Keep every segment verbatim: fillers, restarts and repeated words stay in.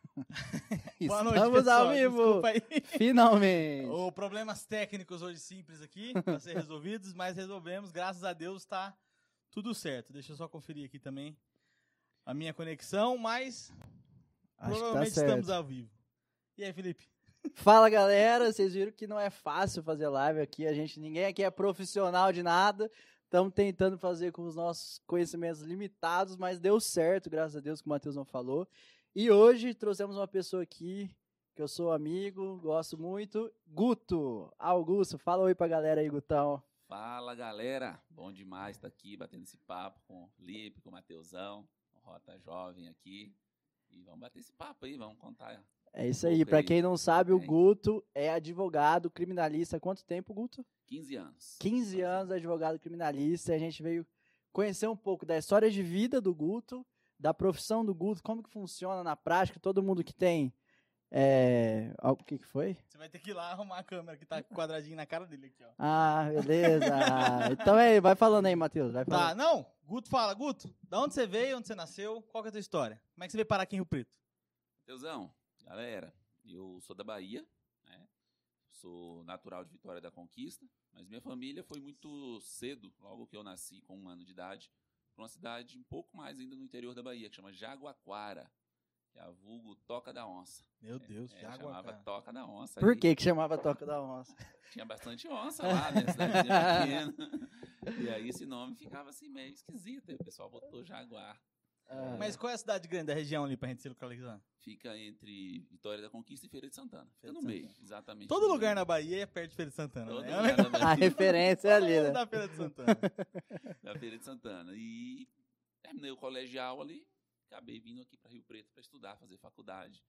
Boa Estamos noite, pessoal. ao vivo! Desculpa aí. Finalmente! O problemas técnicos hoje simples aqui, para ser resolvidos, mas resolvemos, graças a Deus tá tudo certo. Deixa eu só conferir aqui também a minha conexão, mas Acho provavelmente que tá certo. estamos ao vivo. E aí, Felipe? Fala, galera! Vocês viram que não é fácil fazer live aqui. A gente, ninguém aqui é profissional de nada. Estamos tentando fazer com os nossos conhecimentos limitados, mas deu certo, graças a Deus, que o Matheus não falou. E hoje trouxemos uma pessoa aqui que eu sou amigo, gosto muito, Guto Augusto. Fala oi pra galera aí, Gutão. Fala, galera. Bom demais estar aqui batendo esse papo com o Lipe, com o Matheusão, o Rota Jovem aqui. E vamos bater esse papo aí, vamos contar. É isso um aí. pouco Pra quem não sabe, o Bem. Guto é advogado criminalista. Há quanto tempo, Guto? quinze anos. quinze anos, advogado criminalista. A gente veio conhecer um pouco da história de vida do Guto, da profissão do Guto, como que funciona na prática. Todo mundo que tem... É... O que que foi? Você vai ter que ir lá arrumar a câmera que tá quadradinho na cara dele aqui, ó. Ah, beleza. Então é, vai falando aí, Matheus. Vai Tá, falando. não, Guto fala. Guto, da onde você veio, onde você nasceu, qual que é a tua história? Como é que você veio parar aqui em Rio Preto? Matheusão, galera, eu sou da Bahia, né? Sou natural de Vitória da Conquista, mas minha família foi muito cedo, logo que eu nasci com um ano de idade, para uma cidade um pouco mais ainda no interior da Bahia, que chama Jaguaquara, que é a vulgo Toca da Onça. Meu Deus, É, Jaguaquara. chamava Toca da Onça. Por aí que que chamava Toca da Onça? Tinha bastante onça lá, né? Cidadezinha pequena. E aí esse nome ficava assim meio esquisito, aí o pessoal botou Jaguar. Ah, Mas qual é a cidade grande da região ali pra gente se localizar? Fica entre Vitória da Conquista e Feira de Santana. Fica Feira no de meio, exatamente. Todo no lugar meio. na Bahia é perto de Feira de Santana, Todo né? lugar na a Bahia. referência é ali, né? Da Feira de Santana. Da Feira de Santana. E terminei o colegial ali, acabei vindo aqui para Rio Preto para estudar, fazer faculdade.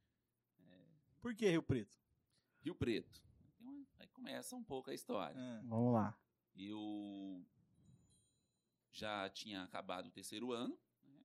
Por que Rio Preto? Rio Preto. Então, aí começa um pouco a história. Ah, Vamos lá. Eu já tinha acabado o terceiro ano, né,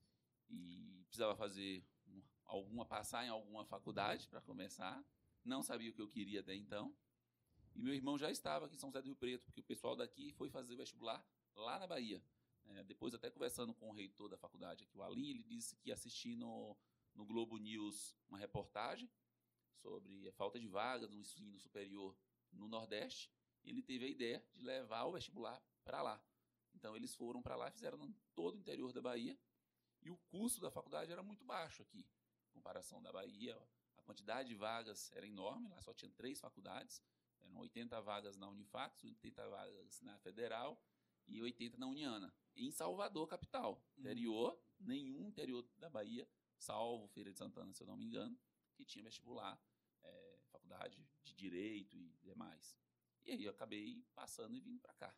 e precisava fazer um- alguma, passar em alguma faculdade para começar. Não sabia o que eu queria até então. E meu irmão já estava aqui em São José do Rio Preto, porque o pessoal daqui foi fazer vestibular lá na Bahia. É, depois, até conversando com o reitor da faculdade aqui, o Alim, ele disse que ia assistir no, no Globo News uma reportagem sobre a falta de vagas no ensino superior no Nordeste. E ele teve a ideia de levar o vestibular para lá. Então, eles foram para lá e fizeram em todo o interior da Bahia. E o custo da faculdade era muito baixo aqui, em comparação da Bahia. A quantidade de vagas era enorme, lá só tinha três faculdades. Eram oitenta vagas na Unifax, oitenta vagas na Federal e oitenta na Uniana. Em Salvador, capital. Interior, nenhum interior da Bahia, salvo Feira de Santana, se eu não me engano, que tinha vestibular, é, faculdade de Direito e demais. E aí eu acabei passando e vindo para cá.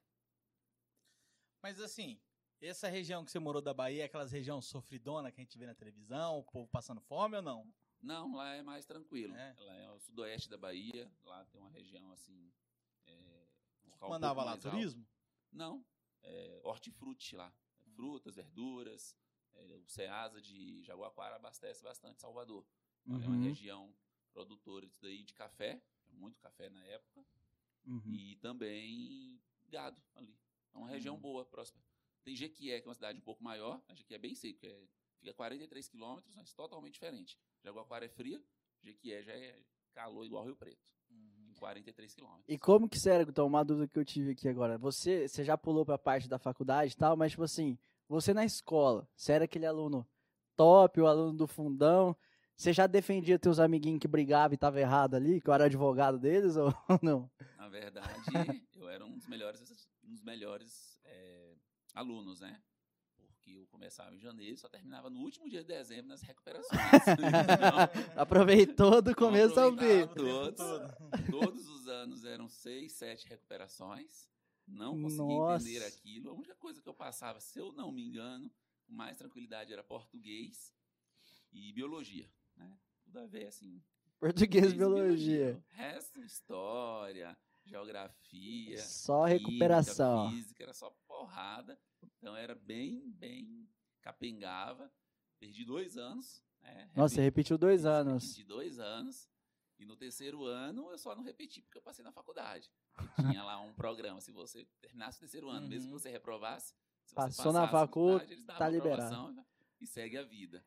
mas assim, essa região que você morou da Bahia é aquelas regiões sofridona que a gente vê na televisão, o povo passando fome ou não? Não, lá é mais tranquilo. É. Lá é o sudoeste da Bahia, lá tem uma região assim... É, um local um Mandava pouco lá mais alto. turismo? Não, é hortifruti lá. Frutas, verduras. É, o Ceasa de Jaguaquara abastece bastante Salvador. Então, é uma Uhum. região produtora disso daí de café, muito café na época, Uhum. e também gado ali. É uma região Uhum. boa, próxima. Tem Jequié, que é uma cidade um pouco maior. A Jequié é bem seco, é, fica a quarenta e três quilômetros, mas totalmente diferente. Jaguaquara é fria, Jequié já é calor igual Rio Preto, Uhum. em quarenta e três quilômetros. E como que, sério, Gutão, uma dúvida que eu tive aqui agora. Você, você já pulou pra parte da faculdade e tal, mas, tipo assim, você na escola, você era aquele aluno top, o aluno do fundão, você já defendia teus amiguinhos que brigavam e tava errado ali, que eu era advogado deles, ou não? Na verdade, eu era um dos melhores, um dos melhores é, alunos, né? Porque eu começava em janeiro e só terminava no último dia de dezembro nas recuperações. Então, Aproveitou do Então, começo ao fim. aproveitava O tempo todos, todo. todos os anos eram seis, sete recuperações. Não conseguia Nossa. entender aquilo. A única coisa que eu passava, se eu não me engano, com mais tranquilidade, era português e biologia, né? Tudo a ver, assim. Português e português biologia. O resto, história, geografia, Só química, recuperação. física, era só porrada. Então, era bem, bem capengava. Perdi dois anos. Né? Nossa, você repetiu dois anos. Repeti dois anos. E no terceiro ano, eu só não repeti porque eu passei na faculdade. E tinha lá um programa, se você terminasse o terceiro ano, Uhum. mesmo que você reprovasse, se você Passou na passasse facu, eles davam tá a liberado. aprovação e segue a vida.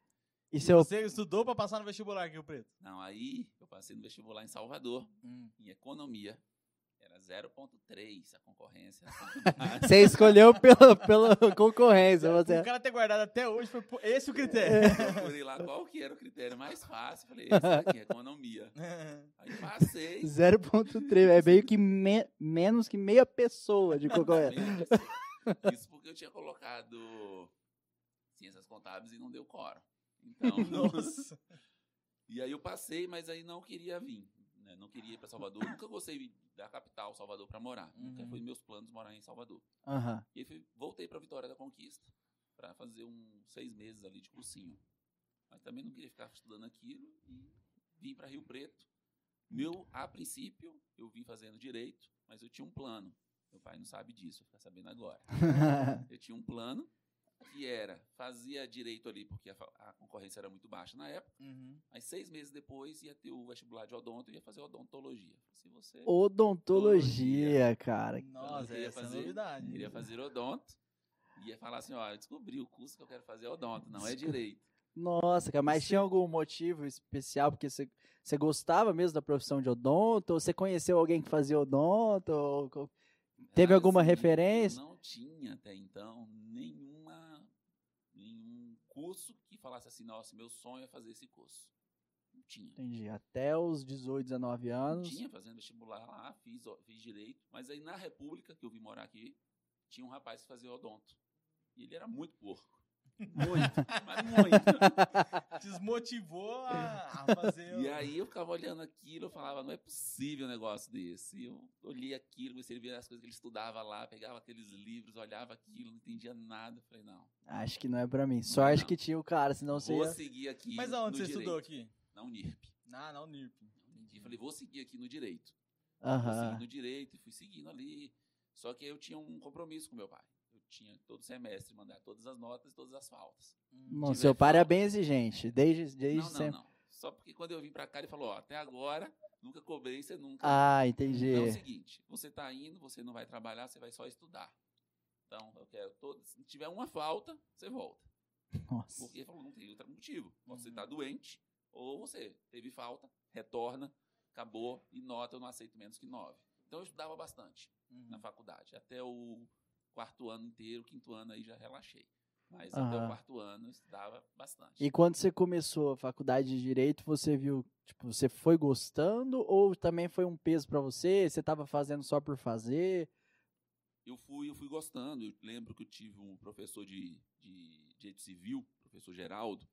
E E seu... você estudou pra passar no vestibular aqui, o Preto? Não, aí eu passei no vestibular em Salvador, Hum. em economia. Era zero ponto três a concorrência. Você escolheu pela, pela concorrência. Você... O cara ter guardado até hoje foi por- esse o critério. Eu procurei lá qual que era o critério mais fácil. Falei, esse aqui, economia. Aí passei. zero ponto três, é meio que me- menos que meia pessoa de concorrência. Isso porque eu tinha colocado ciências contábeis e não deu quórum. Então, Nossa. e aí eu passei, mas aí não queria vir. Né? Não queria ir para Salvador. Nunca gostei da capital, Salvador, para morar. Nunca Uhum. foi meus planos morar em Salvador. Aham. E aí fui, voltei para Vitória da Conquista para fazer uns seis meses ali de cursinho. Mas também não queria ficar estudando aquilo e vim para Rio Preto. Meu, a princípio, eu vim fazendo direito, mas eu tinha um plano. Meu pai não sabe disso, vou ficar sabendo agora. Eu tinha um plano que era, fazia direito ali, porque a, fa- a concorrência era muito baixa na época, Uhum. mas seis meses depois ia ter o vestibular de odonto e ia fazer odontologia. Se você Odontologia, cara. Nossa, queria essa é fazer- novidade. queria fazer odonto, ia falar assim, ó, eu descobri o curso que eu quero fazer é odonto, não é direito. Nossa, cara, mas tinha algum motivo especial? Porque você, você gostava mesmo da profissão de odonto? Ou você conheceu alguém que fazia odonto? Ou, ou- Teve Cara, alguma assim, referência? Eu não tinha até então nenhuma, nenhum curso que falasse assim, nossa, meu sonho é fazer esse curso. Não tinha. Entendi. Até os dezoito, dezenove Não anos. tinha fazendo vestibular lá, fiz, ó, fiz direito. Mas aí na República, que eu vim morar aqui, tinha um rapaz que fazia odonto. E ele era muito porco. Muito, mas muito. Desmotivou a, a fazer. E o- aí eu ficava olhando aquilo, eu falava, não é possível um negócio desse. E eu olhei aquilo, comecei a ver as coisas que ele estudava lá, pegava aqueles livros, olhava aquilo, não entendia nada. Eu falei, não, Acho que não é pra mim. Sorte Não. que tinha o cara, senão você vou ia... seguir aqui Mas no aonde você direito. estudou aqui? Na Unirp. Ah, não, N I R P. E falei, vou seguir aqui no direito. Vou Aham. seguir no direito e fui seguindo ali. Só que aí eu tinha um compromisso com meu pai. Eu tinha todo semestre mandar todas as notas e todas as faltas. Não, tiver seu pai era falta- bem exigente, desde, desde não, não, sempre. não. Só porque quando eu vim pra cá, ele falou, ó, até agora, nunca cobrei, você nunca... Ah, entendi. Então é o seguinte, você tá indo, você não vai trabalhar, você vai só estudar. Então, eu quero todo... Se tiver uma falta, você volta. Nossa. Porque ele falou, não tem outro motivo. Ou você Uhum. tá doente, ou você teve falta, retorna, acabou, e nota eu não aceito menos que nove. Então eu estudava bastante Uhum. na faculdade. Até o quarto ano inteiro, quinto ano aí já relaxei. Mas até Aham. o quarto ano eu estudava bastante. E quando você começou a faculdade de Direito, você viu, tipo, você foi gostando ou também foi um peso pra você? Você tava fazendo só por fazer? Eu fui, eu fui gostando. Eu lembro que eu tive um professor de, de direito civil, professor Geraldo,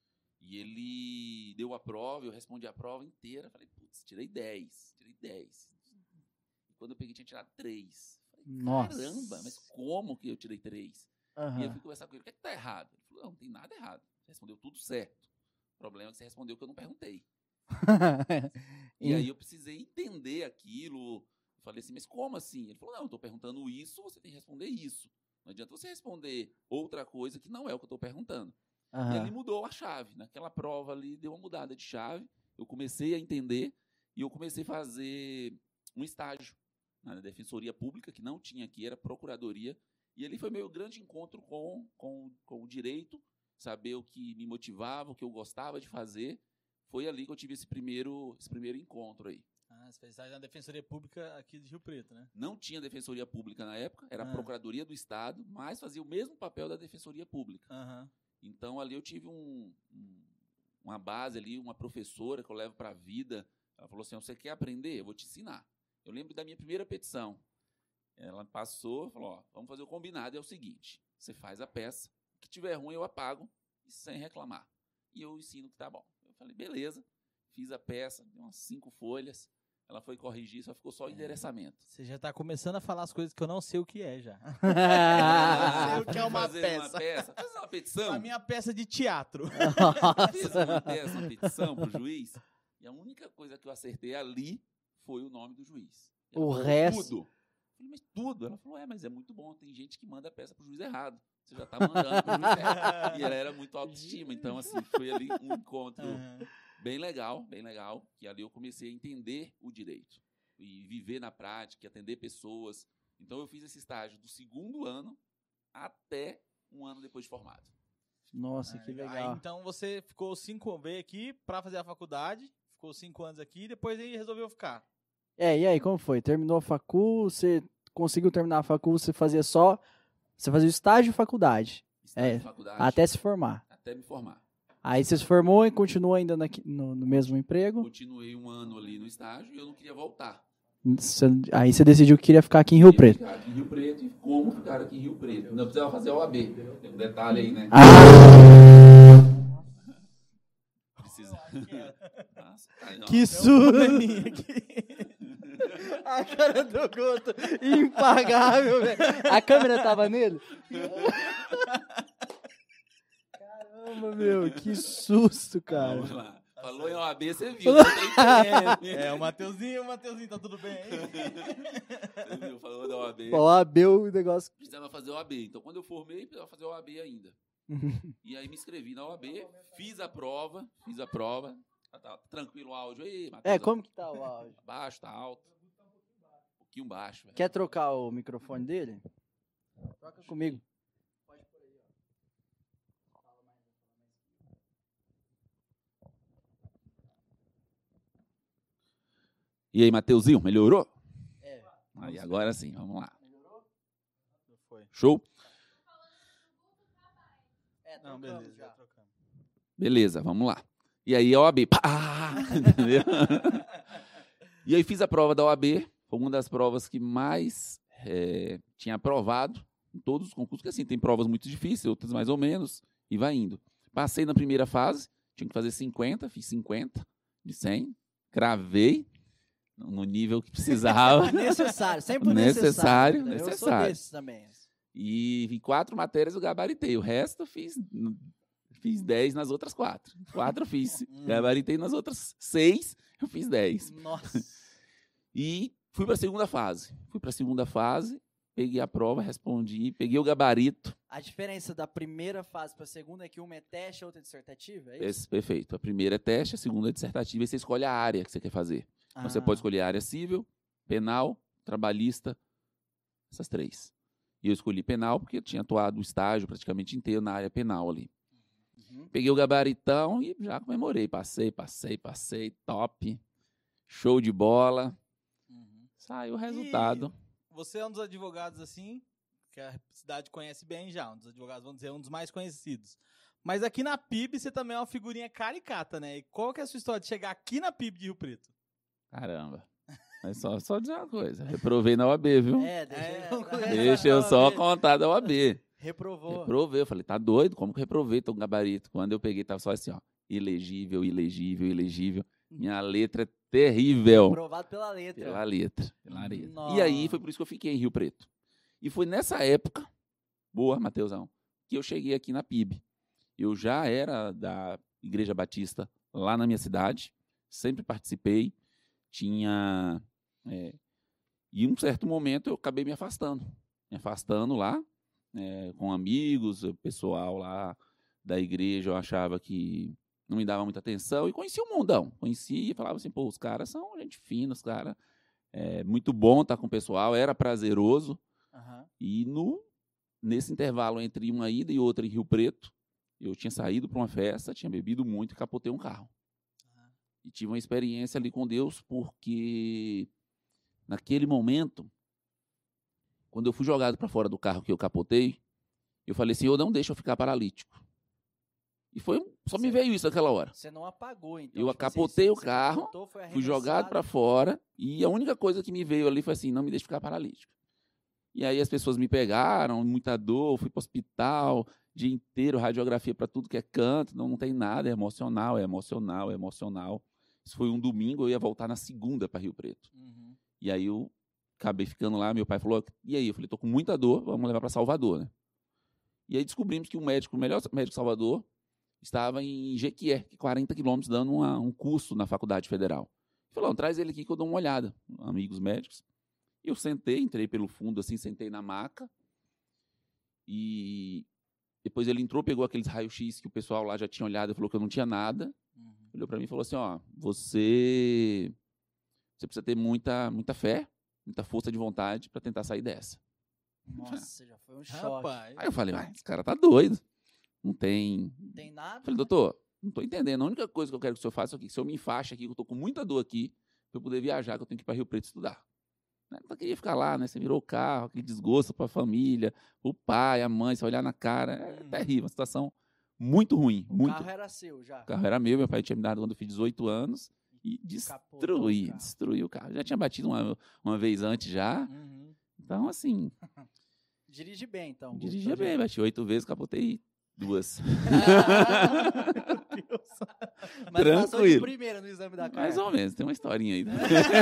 e ele deu a prova, eu respondi a prova inteira. Falei, putz, tirei dez, tirei dez. E quando eu peguei, tinha tirado três. Falei, Nossa. caramba, mas como que eu tirei três? E eu Aham. fui conversar com ele, o que é que tá errado? Ele falou, não, não tem nada errado. Você respondeu tudo certo. O problema é que você respondeu que eu não perguntei. E E- aí eu precisei entender aquilo. Eu falei assim, mas como assim? Ele falou, não, eu estou perguntando isso, você tem que responder isso. Não adianta você responder outra coisa que não é o que eu estou perguntando. E Aham. ali mudou a chave. Naquela prova ali, deu uma mudada de chave. Eu comecei a entender e eu comecei a fazer um estágio na Defensoria Pública, que não tinha aqui, era Procuradoria. E ali foi meu grande encontro com, com, com o direito, saber o que me motivava, o que eu gostava de fazer. Foi ali que eu tive esse primeiro, esse primeiro encontro aí. Ah, você fez estágio na Defensoria Pública aqui de Rio Preto, né? Não tinha Defensoria Pública na época, era a Ah. Procuradoria do Estado, mas fazia o mesmo papel da Defensoria Pública. Aham. Então, ali eu tive um, um- uma base ali, uma professora que eu levo para a vida. Ela falou assim, você quer aprender? Eu vou te ensinar. Eu lembro da minha primeira petição. Ela passou e falou, ó, vamos fazer o combinado, é o seguinte, você faz a peça, o que tiver ruim eu apago, e sem reclamar. E eu ensino que tá bom. Eu falei, beleza, fiz a peça, deu umas cinco folhas, ela foi corrigir, só ficou só o endereçamento. Você já tá começando a falar as coisas que eu não sei o que é já. Ah, sei o que é uma fazer peça. Uma peça. Fazer uma petição. A minha peça de teatro. Eu fiz uma peça, uma petição pro juiz, e a única coisa que eu acertei ali foi o nome do juiz. E ela O falou, resto- Tudo. Eu falei, mas tudo? Ela falou, é, mas é muito bom, tem gente que manda a peça pro juiz errado. Você já tá mandando pro juiz errado. E ela era muito autoestima, então assim, foi ali um encontro Aham. bem legal, bem legal, que ali eu comecei a entender o direito e viver na prática, atender pessoas. Então eu fiz esse estágio do segundo ano até um ano depois de formado. Nossa, que Aí, legal. então você ficou cinco veio aqui pra fazer a faculdade, ficou cinco anos aqui, depois aí resolveu ficar. É, e aí, como foi? Terminou a facul, você conseguiu terminar a facul, você fazia só, você fazia estágio e faculdade, Estágio É, de faculdade, até se formar. até me formar. Aí você se formou e continuou ainda naqui- no, no mesmo emprego, Continuei um ano ali no estágio e eu não queria voltar. Você- aí você decidiu que queria ficar aqui em Rio Queria Preto. Ficar aqui em Rio Preto e como ficar aqui em Rio Preto. Não precisava fazer O A B. Tem um detalhe aí, né? Ah, Precisa. Nossa, aí, ó. que É um susto! probleminha aqui. A cara do Guto, impagável, velho. A câmera tava nele? Caramba, meu, que susto, cara. Vamos lá. Falou em O A B, você viu. Não tem interesse. É, o Mateuzinho, o Mateuzinho, tá tudo bem aí? Você viu? Falou da O A B. Ó, abriu o negócio. Precisava fazer O A B. Então, quando eu formei, precisava fazer O A B ainda. E aí me inscrevi na O A B, fiz a prova, fiz a prova. Tá, tá tranquilo o áudio aí, Matheus? É, como que tá o áudio? Tá baixo, tá alto. Um pouquinho baixo, velho. Quer trocar o microfone dele? Troca comigo. E aí, Mateuzinho, melhorou? É. Aí, agora sim, vamos lá. Foi. Show? É, Não, trocamos beleza, já. já trocamos. Beleza, vamos lá. E aí, a O A B. Pá! Entendeu? E aí, fiz a prova da O A B. Foi uma das provas que mais é, tinha aprovado em todos os concursos, porque assim, tem provas muito difíceis, outras mais ou menos, e vai indo. Passei na primeira fase, tinha que fazer cinquenta, fiz cinquenta de cem, cravei no nível que precisava. Necessário, sempre Necessário, necessário. Eu sou necessário. desses também. E em quatro matérias eu gabaritei. O resto eu fiz, fiz dez nas outras quatro. Quatro eu fiz. Gabaritei nas outras seis, eu fiz dez. Nossa. E fui para a segunda fase. Fui para a segunda fase, peguei a prova, respondi, peguei o gabarito. A diferença da primeira fase para a segunda é que uma é teste e outra é dissertativa, é isso? Esse, perfeito. A primeira é teste, a segunda é dissertativa, e você escolhe a área que você quer fazer. Ah. Você pode escolher a área civil, penal, trabalhista, essas três. E eu escolhi penal porque eu tinha atuado o estágio praticamente inteiro na área penal ali. Uhum. Peguei o gabaritão e já comemorei. Passei, passei, passei, top. Show de bola. Uhum. Saiu o resultado. E você é um dos advogados, assim, que a cidade conhece bem já, um dos advogados, vamos dizer, um dos mais conhecidos. Mas aqui na P I B você também é uma figurinha caricata, né? E qual que é a sua história de chegar aqui na P I B de Rio Preto? Caramba. Mas só, só dizer uma coisa. Reprovei na O A B, viu? É, deixa É, eu concluir. Deixa eu só contar da O A B. Reprovou. Reprovei. Eu falei, tá doido? Como que reprovei? Tô com gabarito. Quando eu peguei, tava só assim, ó. Ilegível, ilegível, ilegível. Minha letra é terrível. Reprovado pela letra. Pela letra. Pela letra. Nossa. E aí, foi por isso que eu fiquei em Rio Preto. E foi nessa época, boa, Mateusão, que eu cheguei aqui na P I B. Eu já era da Igreja Batista lá na minha cidade. Sempre participei. Tinha... É, e em um certo momento eu acabei me afastando. Me afastando lá, é, com amigos, o pessoal lá da igreja, eu achava que não me dava muita atenção. E conhecia o mundão. Conhecia e falava assim, pô, os caras são gente fina, os caras... É muito bom estar com o pessoal, era prazeroso. Uhum. E no, nesse intervalo entre uma ida e outra em Rio Preto, eu tinha saído para uma festa, tinha bebido muito e capotei um carro. Uhum. E tive uma experiência ali com Deus, porque naquele momento, quando eu fui jogado para fora do carro que eu capotei, eu falei, Senhor, não deixa eu ficar paralítico. E foi, só me veio isso naquela hora. Você não apagou, então. Eu tipo, capotei você, o você carro, capotou, foi fui jogado para fora, e a única coisa que me veio ali foi assim, não me deixe ficar paralítico. E aí as pessoas me pegaram, muita dor, fui para o hospital, dia inteiro, radiografia para tudo que é canto, não, não tem nada, é emocional, é emocional, é emocional. Isso foi um domingo, eu ia voltar na segunda para Rio Preto. Uhum. E aí eu acabei ficando lá, meu pai falou, e aí? Eu falei, tô com muita dor, vamos levar para Salvador, né? E aí descobrimos que o médico, o melhor médico de Salvador, estava em Jequié, quarenta quilômetros, dando uma, um curso na Faculdade Federal. Ele falou, traz ele aqui que eu dou uma olhada, amigos médicos. Eu sentei, entrei pelo fundo, assim, sentei na maca. E depois ele entrou, pegou aqueles raios-x que o pessoal lá já tinha olhado e falou que eu não tinha nada. Uhum. Olhou para mim e falou assim, ó, você, você precisa ter muita, muita fé, muita força de vontade para tentar sair dessa. Nossa, já foi um choque. Rapaz. Aí eu falei, ah, esse cara tá doido. não tem... Não tem nada. Falei, doutor, não estou entendendo. A única coisa que eu quero que o senhor faça é aqui. Se eu me enfaixe aqui, que eu estou com muita dor aqui, para eu poder viajar, que eu tenho que ir para Rio Preto estudar. Não queria ficar lá, né? Você virou o carro, aquele desgosto para a família, o pai, a mãe, você olhar na cara. É Hum. terrível, uma situação muito ruim. O muito... carro era seu já. O carro era meu, meu pai tinha me dado quando eu fiz dezoito anos e Capotou destruí, o carro. destruiu o carro. Já tinha batido uma, uma vez antes já. Uhum. Então, assim, Dirige bem, então. dirigia gostou bem, de- bati oito vezes, capotei duas. Meu Deus. Mas passou de Tranquilo. primeira no exame da carta. Mais ou menos, tem uma historinha aí.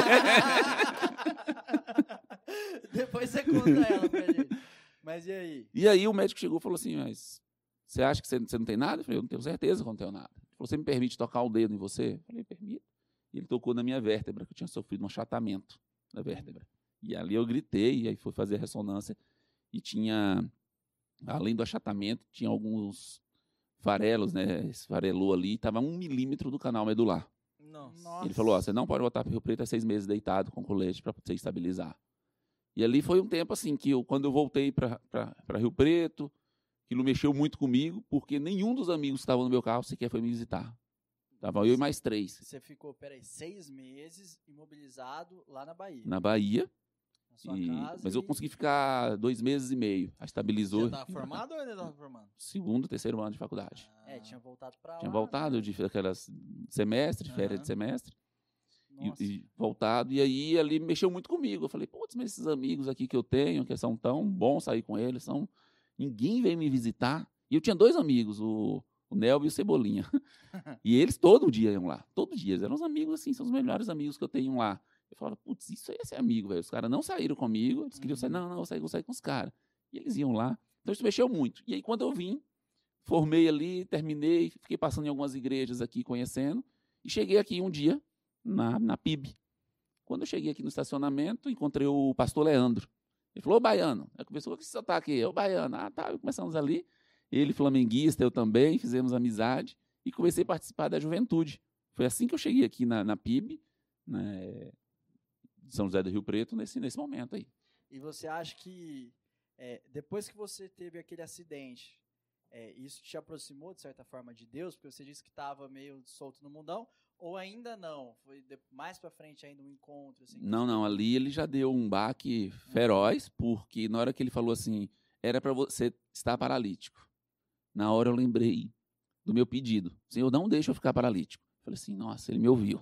Depois você conta ela pra gente. Mas e aí? E aí o médico chegou e falou assim, mas você acha que você, você não tem nada? Eu falei, eu não tenho certeza que eu não tenho nada. Ele falou, você me permite tocar o dedo em você? Eu falei, permito. E ele tocou na minha vértebra, que eu tinha sofrido um achatamento da vértebra. E ali eu gritei, e aí fui fazer a ressonância. E tinha, além do achatamento, tinha alguns farelos, né? Esfarelou ali, estava um milímetro do canal medular. Nossa. Nossa. Ele falou, ó, você não pode voltar para Rio Preto há seis meses deitado com colete para você estabilizar. E ali foi um tempo assim que eu, quando eu voltei para Rio Preto, aquilo mexeu muito comigo, porque nenhum dos amigos que estavam no meu carro sequer foi me visitar. Tava eu e mais três. Você ficou, peraí, seis meses imobilizado lá na Bahia. Na Bahia, Na sua e- casa. mas eu e- consegui ficar dois meses e meio. Aí estabilizou. Você tava formado ou ainda tava formando? Segundo, terceiro ano de faculdade. É, tinha voltado pra lá. Tinha voltado de aquelas semestre, férias Aham. de semestre. Nossa. E, e voltado, e aí ali mexeu muito comigo. Eu falei, putz, mas esses amigos aqui que eu tenho, que são tão bons sair com eles, são... ninguém veio me visitar. E eu tinha dois amigos, o, o Nelby e o Cebolinha. E eles todo dia iam lá, todo dia. Eles eram os amigos, assim, são os melhores amigos que eu tenho lá. Eu falava, putz, isso aí é ser amigo, velho. Os caras não saíram comigo, eles queriam sair, não, não, eu saí, eu saí com os caras. E eles iam lá. Então isso mexeu muito. E aí quando eu vim, formei ali, terminei, fiquei passando em algumas igrejas aqui, conhecendo, e cheguei aqui um dia, na, na P I B. Quando eu cheguei aqui no estacionamento, encontrei o pastor Leandro. Ele falou, ô baiano. Aí conversou, o que você tá aqui? Ô baiano. Ah, tá, começamos ali. Ele flamenguista, eu também, fizemos amizade e comecei a participar da juventude. Foi assim que eu cheguei aqui na, na P I B, né, de São José do Rio Preto, nesse, nesse momento aí. E você acha que é, depois que você teve aquele acidente, é, isso te aproximou, de certa forma, de Deus? Porque você disse que estava meio solto no mundão, ou ainda não? Foi de- mais pra frente ainda um encontro? Assim, Não, não, ali ele já deu um baque feroz, porque na hora que ele falou assim, era para você estar paralítico. Na hora eu lembrei do meu pedido. Senhor, não deixa eu ficar paralítico. Eu falei assim, nossa, ele me ouviu.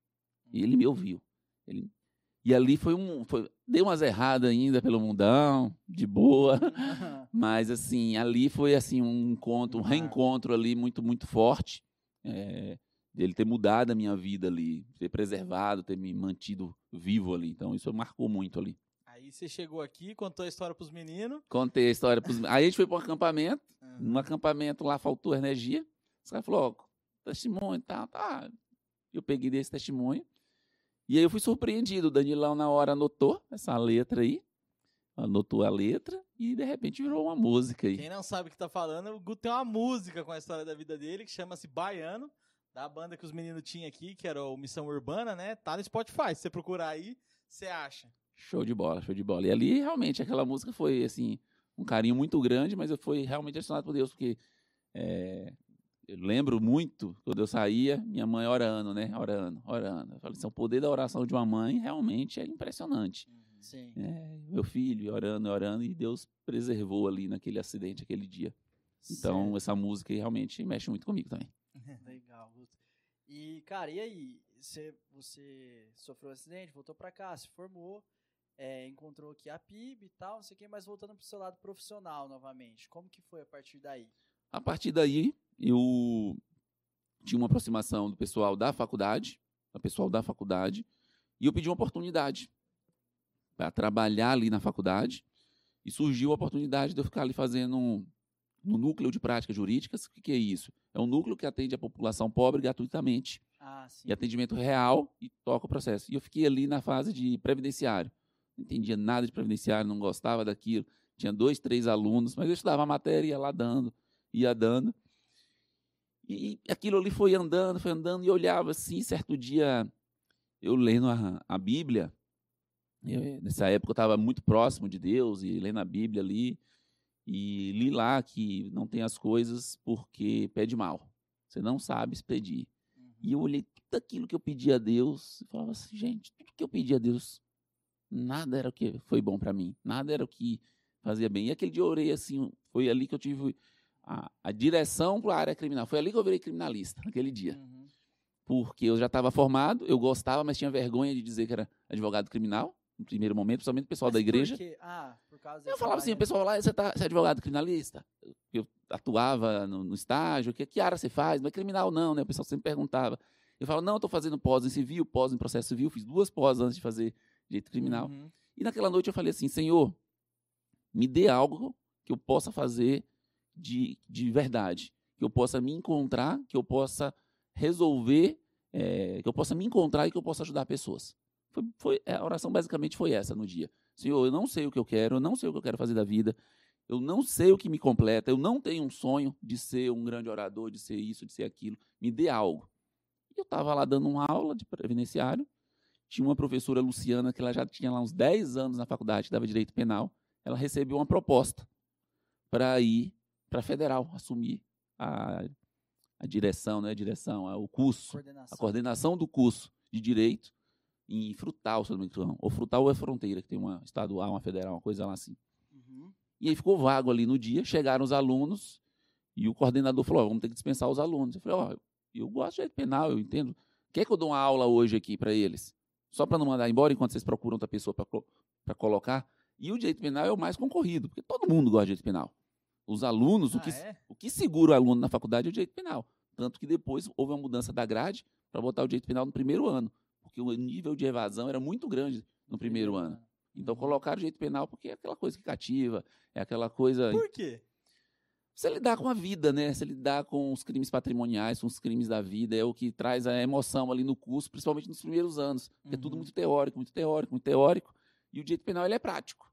E ele me ouviu. Ele... E ali foi um... Foi... Dei umas erradas ainda pelo mundão, de boa. Mas, assim, ali foi assim um encontro, um Marco. reencontro ali muito, muito forte. É, dele ter mudado a minha vida ali, ter preservado, ter me mantido vivo ali. Então, isso marcou muito ali. Aí você chegou aqui, contou a história pros meninos. Contei a história pros... Aí a gente foi para um acampamento. Uhum. No acampamento lá faltou energia. Os caras falaram, ó, testemunho e tal, tá. Eu peguei desse testemunho. E aí eu fui surpreendido. O Danilão na hora anotou essa letra aí. Anotou a letra e de repente virou uma música aí. Quem não sabe o que tá falando, o Guto tem uma música com a história da vida dele, que chama-se Baiano, da banda que os meninos tinham aqui, que era o Missão Urbana, né? Tá no Spotify. Se você procurar aí, você acha. Show de bola, show de bola. E ali realmente aquela música foi assim, um carinho muito grande, mas eu fui realmente apaixonado por Deus, porque é, eu lembro muito, quando eu saía, minha mãe orando, né? Orando, orando. Eu falei assim, o poder da oração de uma mãe realmente é impressionante. Sim. É, meu filho orando, orando, e Deus preservou ali naquele acidente, aquele dia. Então, Certo. essa música aí realmente mexe muito comigo também. Legal, Guto. E, cara, e aí? Você, você sofreu um acidente, voltou pra cá, se formou, é, encontrou aqui a P I B e tal, não sei o quê, mas voltando pro seu lado profissional novamente. Como que foi a partir daí? A partir daí, eu tinha uma aproximação do pessoal da faculdade, do pessoal da faculdade, e eu pedi uma oportunidade para trabalhar ali na faculdade, e surgiu a oportunidade de eu ficar ali fazendo um, no núcleo de práticas jurídicas. O que, que é isso? É um núcleo que atende a população pobre gratuitamente, Ah, sim. e atendimento real, e toca o processo. E eu fiquei ali na fase de previdenciário. Não entendia nada de previdenciário, não gostava daquilo. Tinha dois, três alunos, mas eu estudava a matéria, ia lá dando, ia dando. E aquilo ali foi andando, foi andando, e eu olhava assim, certo dia, eu lendo a, a Bíblia, eu, nessa época eu estava muito próximo de Deus, e lendo a Bíblia ali, E li lá que não tem as coisas porque pede mal. Você não sabe se pedir. Uhum. E eu olhei tudo aquilo que eu pedi a Deus e falava assim, gente, tudo que eu pedi a Deus, nada era o que foi bom para mim. Nada era o que fazia bem. E aquele dia eu orei assim, foi ali que eu tive a, a direção para a área criminal. Foi ali que eu virei criminalista, naquele dia. Uhum. Porque eu já estava formado, eu gostava, mas tinha vergonha de dizer que era advogado criminal, no primeiro momento, principalmente o pessoal Mas da por igreja. quê? Ah, por causa Eu dessa falava assim, área. o pessoal lá, você, tá, você é advogado criminalista? Eu atuava no, no estágio, que, que área você faz? Não é criminal não, né? O pessoal sempre perguntava. Eu falava, não, eu estou fazendo pós em civil, pós em processo civil, fiz duas pós antes de fazer direito criminal. Uhum. E naquela noite eu falei assim, Senhor, me dê algo que eu possa fazer de, de verdade, que eu possa me encontrar, que eu possa resolver, é, que eu possa me encontrar e que eu possa ajudar pessoas. Foi, foi, a oração basicamente foi essa no dia. Senhor, eu não sei o que eu quero, eu não sei o que eu quero fazer da vida, eu não sei o que me completa, eu não tenho um sonho de ser um grande orador, de ser isso, de ser aquilo, me dê algo. E eu estava lá dando uma aula de previdenciário, tinha uma professora, Luciana, que ela já tinha lá uns dez anos na faculdade, dava direito penal, ela recebeu uma proposta para ir para a Federal, assumir a, a direção, não é a direção, é o curso, Coordenação. a coordenação do curso de direito em Frutal, se não me engano. Ou Frutal ou é Fronteira, que tem uma estadual, uma federal, uma coisa lá assim. Uhum. E aí ficou vago ali no dia, chegaram os alunos e o coordenador falou, oh, vamos ter que dispensar os alunos. Eu falei, ó, oh, eu gosto de direito penal, eu entendo. Quer que eu dou uma aula hoje aqui para eles? Só para não mandar embora enquanto vocês procuram outra pessoa para colocar? E o direito penal é o mais concorrido, porque todo mundo gosta de direito penal. Os alunos, Ah, o, que, é? o que segura o aluno na faculdade é o direito penal. Tanto que depois houve uma mudança da grade para botar o direito penal no primeiro ano, porque o nível de evasão era muito grande no primeiro ano. Então Uhum. colocaram o direito penal porque é aquela coisa que cativa, é aquela coisa... Por quê? Você lidar com a vida, né? Você lidar com os crimes patrimoniais, com os crimes da vida, é o que traz a emoção ali no curso, principalmente nos primeiros anos. Porque Uhum. é tudo muito teórico, muito teórico, muito teórico. E o direito penal ele é prático.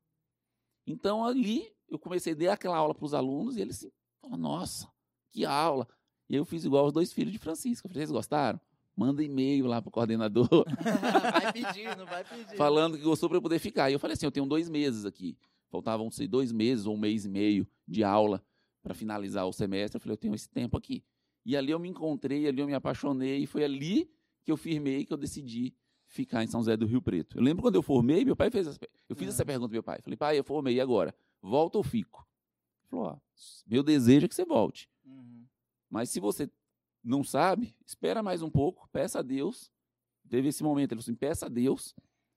Então, ali, eu comecei a dar aquela aula para os alunos e eles assim, falaram, nossa, que aula. E aí eu fiz igual os dois filhos de Francisco. Eu falei, vocês gostaram? Manda e-mail lá para o coordenador. Vai pedindo, vai pedindo. Falando que gostou para eu poder ficar. E eu falei assim, eu tenho dois meses aqui. Faltavam ser dois meses ou um mês e meio de aula para finalizar o semestre. Eu falei, eu tenho esse tempo aqui. E ali eu me encontrei, ali eu me apaixonei. E foi ali que eu firmei, que eu decidi ficar em São José do Rio Preto. Eu lembro quando eu formei, meu pai fez essa, eu fiz Uhum. essa pergunta pro meu pai. Falei, pai, eu formei, e agora? Volta ou fico? Ele falou, ó, meu desejo é que você volte. Uhum. Mas se você não sabe, espera mais um pouco, peça a Deus. Teve esse momento, ele falou assim, peça a Deus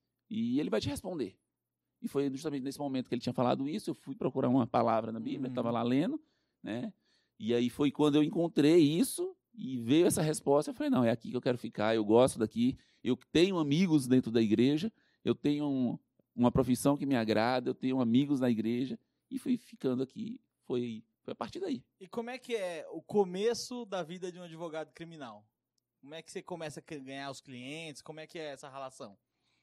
e ele vai te responder. E foi justamente nesse momento que ele tinha falado isso, eu fui procurar uma palavra na Bíblia, estava Uhum. lá lendo, né? E aí foi quando eu encontrei isso e veio essa resposta, eu falei, não, é aqui que eu quero ficar, eu gosto daqui, eu tenho amigos dentro da igreja, eu tenho um, uma profissão que me agrada, eu tenho amigos na igreja, e fui ficando aqui, foi, foi a partir daí. E como é que é o começo da vida de um advogado criminal? Como é que você começa a ganhar os clientes? Como é que é essa relação?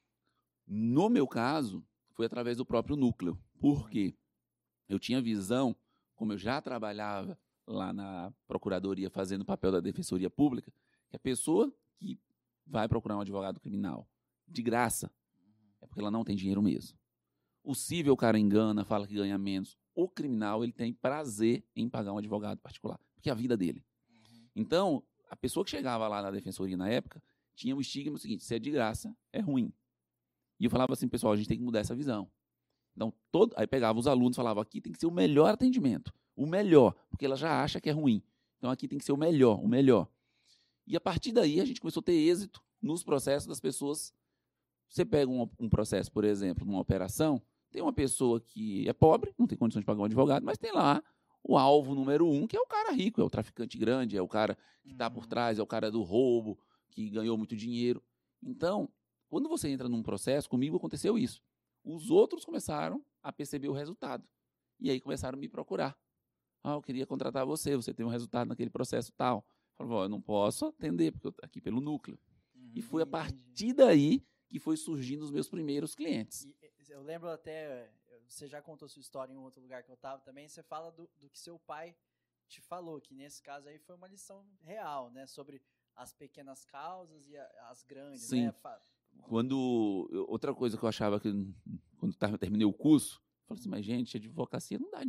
No meu caso, foi através do próprio núcleo, porque eu tinha visão, como eu já trabalhava lá na procuradoria fazendo o papel da defensoria pública, que a pessoa que vai procurar um advogado criminal de graça é porque ela não tem dinheiro mesmo. O cível o cara engana, fala que ganha menos. O criminal ele tem prazer em pagar um advogado particular, porque é a vida dele. Uhum. Então, a pessoa que chegava lá na defensoria na época tinha o estigma seguinte, se é de graça, é ruim. E eu falava assim, pessoal, a gente tem que mudar essa visão. Então, todo, aí pegava os alunos e falava, aqui tem que ser o melhor atendimento, o melhor, porque ela já acha que é ruim. Então, aqui tem que ser o melhor, o melhor. E a partir daí, a gente começou a ter êxito nos processos das pessoas. Você pega um, um processo, por exemplo, numa operação, tem uma pessoa que é pobre, não tem condições de pagar um advogado, mas tem lá o alvo número um, que é o cara rico, é o traficante grande, é o cara que está por trás, é o cara do roubo, que ganhou muito dinheiro. Então, quando você entra num processo, comigo aconteceu isso. Os outros começaram a perceber o resultado. E aí começaram a me procurar. Ah, eu queria contratar você, você tem um resultado naquele processo tal. Eu falei, oh, eu não posso atender, porque eu estou aqui pelo núcleo. Uhum. E foi a partir daí que foi surgindo os meus primeiros clientes. E, eu lembro até, você já contou sua história em um outro lugar que eu estava também, você fala do, do que seu pai te falou, que nesse caso aí foi uma lição real, né, sobre as pequenas causas e a, as grandes, Sim. né? Quando, eu, outra coisa que eu achava que, quando terminei o curso, eu falei assim, mas gente, a advocacia não dá dinheiro.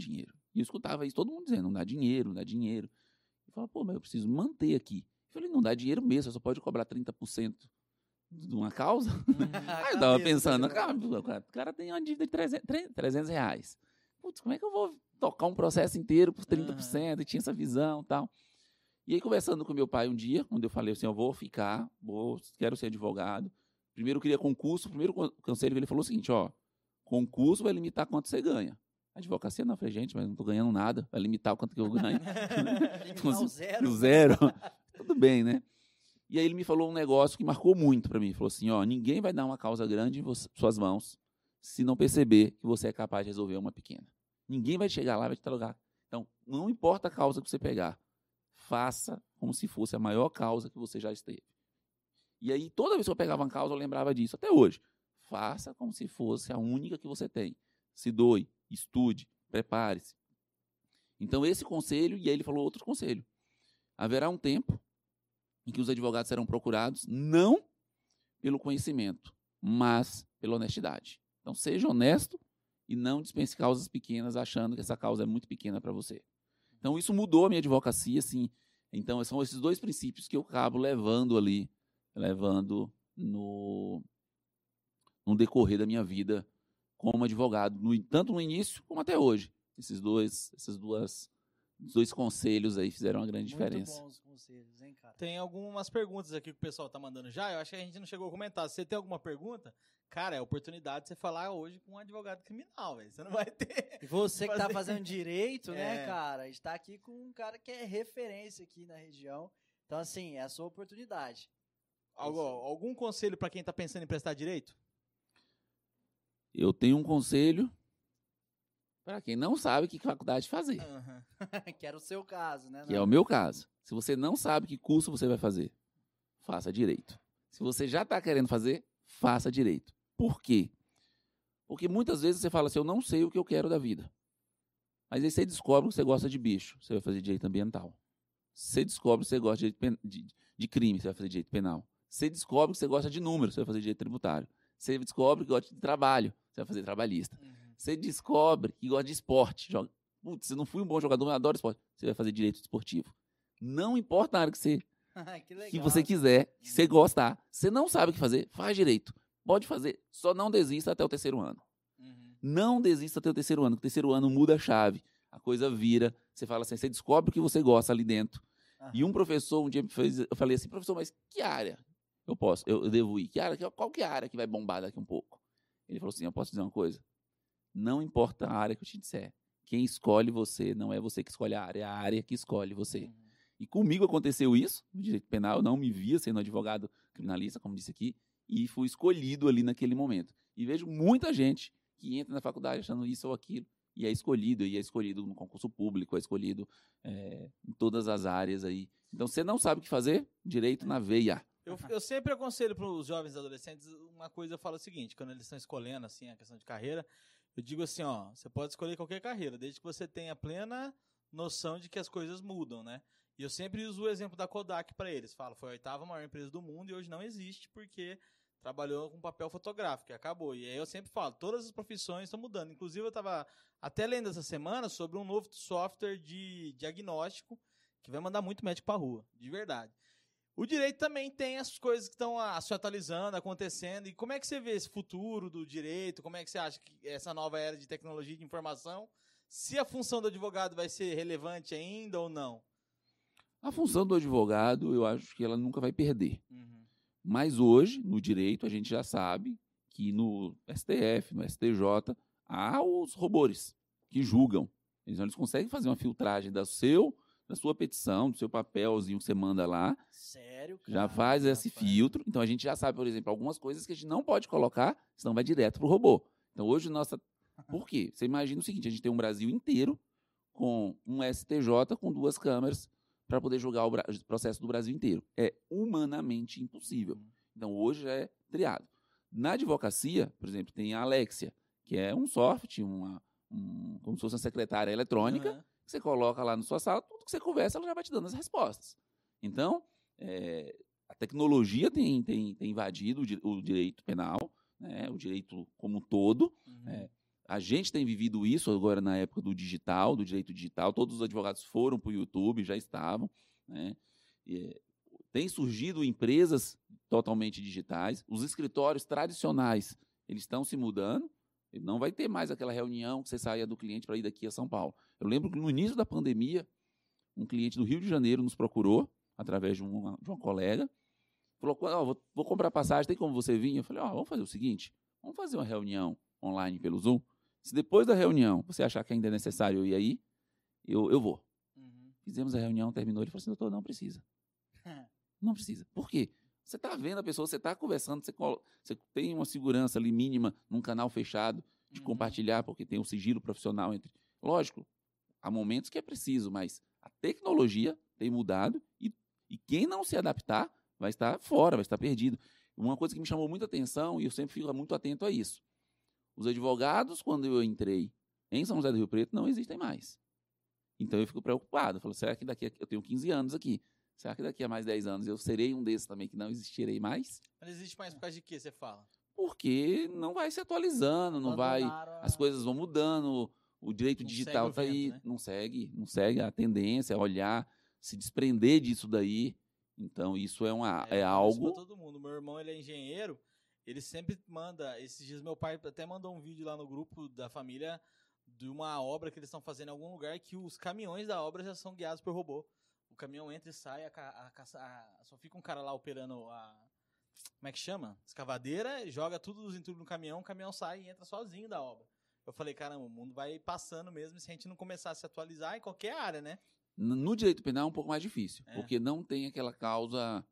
E eu escutava isso, todo mundo dizendo, não dá dinheiro, não dá dinheiro. Eu falava, pô, mas eu preciso manter aqui. Eu falei, não dá dinheiro mesmo, você só pode cobrar trinta por cento de uma causa. Aí eu tava pensando, cara, o cara tem uma dívida de trezentos reais. Putz, como é que eu vou tocar um processo inteiro por trinta por cento? Uhum. E tinha essa visão e tal. E aí, conversando com meu pai um dia, quando eu falei assim, eu vou ficar, vou, quero ser advogado. Primeiro eu queria concurso, o primeiro conselho que ele falou o seguinte, ó, concurso vai limitar quanto você ganha. Advocacia não, eu falei, gente, mas não tô ganhando nada, vai limitar o quanto que eu ganho. Limitar o zero. O zero. Tudo bem, né? E aí ele me falou um negócio que marcou muito para mim. Ele falou assim, ó, ninguém vai dar uma causa grande em você, suas mãos se não perceber que você é capaz de resolver uma pequena. Ninguém vai chegar lá e vai te trabalhar. Então, não importa a causa que você pegar, faça como se fosse a maior causa que você já esteve. E aí, toda vez que eu pegava uma causa, eu lembrava disso, até hoje. Faça como se fosse a única que você tem. Se doe, estude, prepare-se. Então, esse conselho, e aí ele falou outro conselho. Haverá um tempo em que os advogados serão procurados não pelo conhecimento, mas pela honestidade. Então, seja honesto e não dispense causas pequenas achando que essa causa é muito pequena para você. Então, isso mudou a minha advocacia, assim. Então, são esses dois princípios que eu acabo levando ali, levando no, no decorrer da minha vida como advogado, no, tanto no início como até hoje. Esses dois, essas duas, dois conselhos aí fizeram uma grande Muito diferença. Bons conselhos, hein, cara? Tem algumas perguntas aqui que o pessoal tá mandando já. Eu acho que a gente não chegou a comentar. Se você tem alguma pergunta, cara, é a oportunidade de você falar hoje com um advogado criminal, velho. Você não vai ter. E você que tá fazendo direito, né, É. cara? A gente tá aqui com um cara que é referência aqui na região. Então, assim, é a sua oportunidade. Algo, algum conselho pra quem tá pensando em prestar direito? Eu tenho um conselho para quem não sabe que faculdade fazer, Uhum. Que era o seu caso, né? que é o meu caso. Se você não sabe que curso você vai fazer, faça direito. Se você já está querendo fazer, faça direito. Por quê? Porque muitas vezes você fala assim, eu não sei o que eu quero da vida. Mas aí você descobre que você gosta de bicho, você vai fazer direito ambiental. Você descobre que você gosta de, de, de crime, você vai fazer direito penal. Você descobre que você gosta de números, você vai fazer direito tributário. Você descobre que gosta de trabalho, você vai fazer trabalhista. Uhum. Você descobre que gosta de esporte. Joga... Putz, eu não fui um bom jogador, mas eu adoro esporte. Você vai fazer direito esportivo. Não importa a área que você, que, legal, que você quiser, que você gostar. Você não sabe o que fazer, faz direito. Pode fazer, só não desista até o terceiro ano. Uhum. Não desista até o terceiro ano, porque o terceiro ano muda a chave. A coisa vira, você fala assim, você descobre o que você gosta ali dentro. Uhum. E um professor um dia me fez, eu falei assim, professor, mas que área eu posso, eu, eu devo ir? Que área, qual que é a área que vai bombar daqui um pouco? Ele falou assim, eu posso dizer uma coisa? Não importa a área que eu te disser. Quem escolhe você não é você que escolhe a área, é a área que escolhe você. Uhum. E comigo aconteceu isso, no direito penal, eu não me via sendo advogado criminalista, como disse aqui, e fui escolhido ali naquele momento. E vejo muita gente que entra na faculdade achando isso ou aquilo, e é escolhido, e é escolhido no concurso público, é escolhido é, em todas as áreas aí. Então, você não sabe o que fazer, direito na veia. Eu, eu sempre aconselho para os jovens e adolescentes, uma coisa eu falo o seguinte, quando eles estão escolhendo assim, a questão de carreira, eu digo assim, ó, você pode escolher qualquer carreira, desde que você tenha plena noção de que as coisas mudam, né? E eu sempre uso o exemplo da Kodak para eles, falo, foi a oitava maior empresa do mundo e hoje não existe porque trabalhou com papel fotográfico e acabou. E aí eu sempre falo, todas as profissões estão mudando. Inclusive eu estava até lendo essa semana sobre um novo software de diagnóstico que vai mandar muito médico para a rua, de verdade. O direito também tem as coisas que estão se atualizando, acontecendo. E como é que você vê esse futuro do direito? Como é que você acha que essa nova era de tecnologia e de informação, se a função do advogado vai ser relevante ainda ou não? A função do advogado, eu acho que ela nunca vai perder. Uhum. Mas hoje, no direito, a gente já sabe que no S T F, no S T J, há os robôs que julgam. Eles, eles conseguem fazer uma filtragem do seu... da sua petição, do seu papelzinho que você manda lá. Sério, cara? Já faz esse filtro. Então, a gente já sabe, por exemplo, algumas coisas que a gente não pode colocar, senão vai direto para o robô. Então, hoje, nossa... Por quê? Você imagina o seguinte, a gente tem um Brasil inteiro com um S T J com duas câmeras para poder julgar o processo do Brasil inteiro. É humanamente impossível. Então, hoje já é triado. Na advocacia, por exemplo, tem a Alexia, que é um software, uma, um, como se fosse uma secretária eletrônica, uhum. que você coloca lá na sua sala, tudo que você conversa, ela já vai te dando as respostas. Então, é, a tecnologia tem, tem, tem invadido o, di- o direito penal, né, o direito como um todo. Uhum. É, A gente tem vivido isso agora na época do digital, do direito digital. Todos os advogados foram para o YouTube, já estavam. Né? E, tem surgido empresas totalmente digitais. Os escritórios tradicionais, eles estão se mudando. Não vai ter mais aquela reunião que você saia do cliente para ir daqui a São Paulo. Eu lembro que no início da pandemia, um cliente do Rio de Janeiro nos procurou, através de uma, de uma colega, falou, oh, vou, vou comprar passagem, tem como você vir? Eu falei, ó, oh, vamos fazer o seguinte, vamos fazer uma reunião online pelo Zoom. Se depois da reunião você achar que ainda é necessário eu ir aí, eu, eu vou. Uhum. Fizemos a reunião, terminou, ele falou assim, doutor, não precisa. Não precisa. Por quê? Você está vendo a pessoa, você está conversando, você, você tem uma segurança ali mínima num canal fechado de uhum. compartilhar, porque tem um sigilo profissional entre... Lógico, há momentos que é preciso, mas a tecnologia tem mudado e, e quem não se adaptar vai estar fora, vai estar perdido. Uma coisa que me chamou muita atenção, e eu sempre fico muito atento a isso, os advogados, quando eu entrei em São José do Rio Preto, não existem mais. Então eu fico preocupado, eu falo, será que daqui a... Eu tenho quinze anos aqui, será que daqui a mais dez anos eu serei um desses também que não existirei mais? Mas não existe mais por causa de quê, você fala? Porque não vai se atualizando, não vai, a... as coisas vão mudando, o direito não digital está aí, né? não segue, não segue a tendência, olhar, se desprender disso daí. Então isso é, uma, é, é algo... Todo mundo. Meu irmão, ele é engenheiro, ele sempre manda, esses dias meu pai até mandou um vídeo lá no grupo da família de uma obra que eles estão fazendo em algum lugar que os caminhões da obra já são guiados por robô. O caminhão entra e sai, a, a, a, só fica um cara lá operando a... Como é que chama? Escavadeira, joga tudo os entulhos no caminhão, o caminhão sai e entra sozinho da obra. Eu falei, caramba, o mundo vai passando mesmo se a gente não começar a se atualizar em qualquer área, né? No, no direito penal é um pouco mais difícil, é. porque não tem aquela causa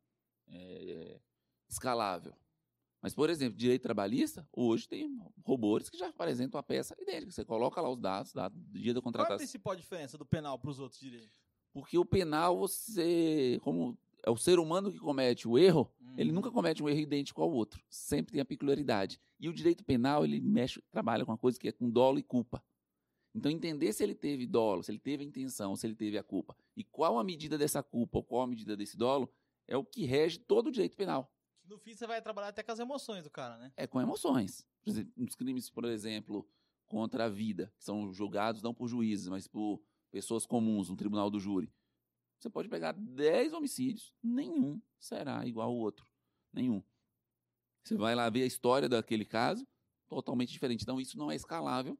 é, escalável. Mas, por exemplo, direito trabalhista, hoje tem robôs que já apresentam a peça idêntica. Você coloca lá os dados, dado do dia da contratação. Qual é a principal diferença do penal para os outros direitos? Porque o penal, você, como é o ser humano que comete o erro, hum. ele nunca comete um erro idêntico ao outro. Sempre tem a peculiaridade. E o direito penal, ele mexe, trabalha com uma coisa que é com dolo e culpa. Então, entender se ele teve dolo, se ele teve a intenção, se ele teve a culpa, e qual a medida dessa culpa ou qual a medida desse dolo, é o que rege todo o direito penal. No fim, você vai trabalhar até com as emoções do cara, né? É com emoções. Por exemplo, uns crimes, por exemplo, contra a vida, que são julgados não por juízes, mas por pessoas comuns no tribunal do júri. Você pode pegar dez homicídios, nenhum será igual ao outro. Nenhum. Você vai lá ver a história daquele caso, totalmente diferente. Então, isso não é escalável.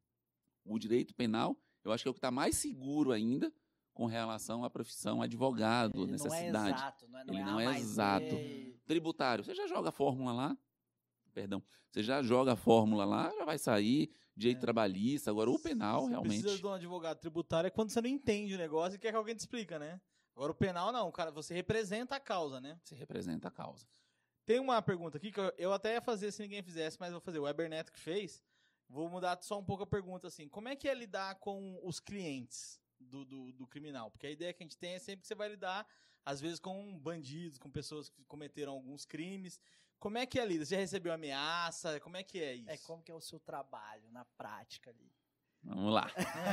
O direito penal, eu acho que é o que está mais seguro ainda com relação à profissão advogado, ele necessidade. Não é exato, não é, não Ele é não A é mais exato. B. Tributário, você já joga a fórmula lá, perdão, você já joga a fórmula lá, já vai sair, direito é. trabalhista, agora o penal você realmente... precisa de um advogado tributário é quando você não entende o negócio e quer que alguém te explica, né? Agora o penal não, cara, você representa a causa, né? Você representa a causa. Tem uma pergunta aqui que eu, eu até ia fazer se ninguém fizesse, mas vou fazer. O Eber Neto que fez, vou mudar só um pouco a pergunta assim, como é que é lidar com os clientes do, do, do criminal? Porque a ideia que a gente tem é sempre que você vai lidar, às vezes, com bandidos, com pessoas que cometeram alguns crimes. Como é que é lida? Você já recebeu ameaça? Como é que é isso? É, como que é o seu trabalho na prática ali? Vamos lá.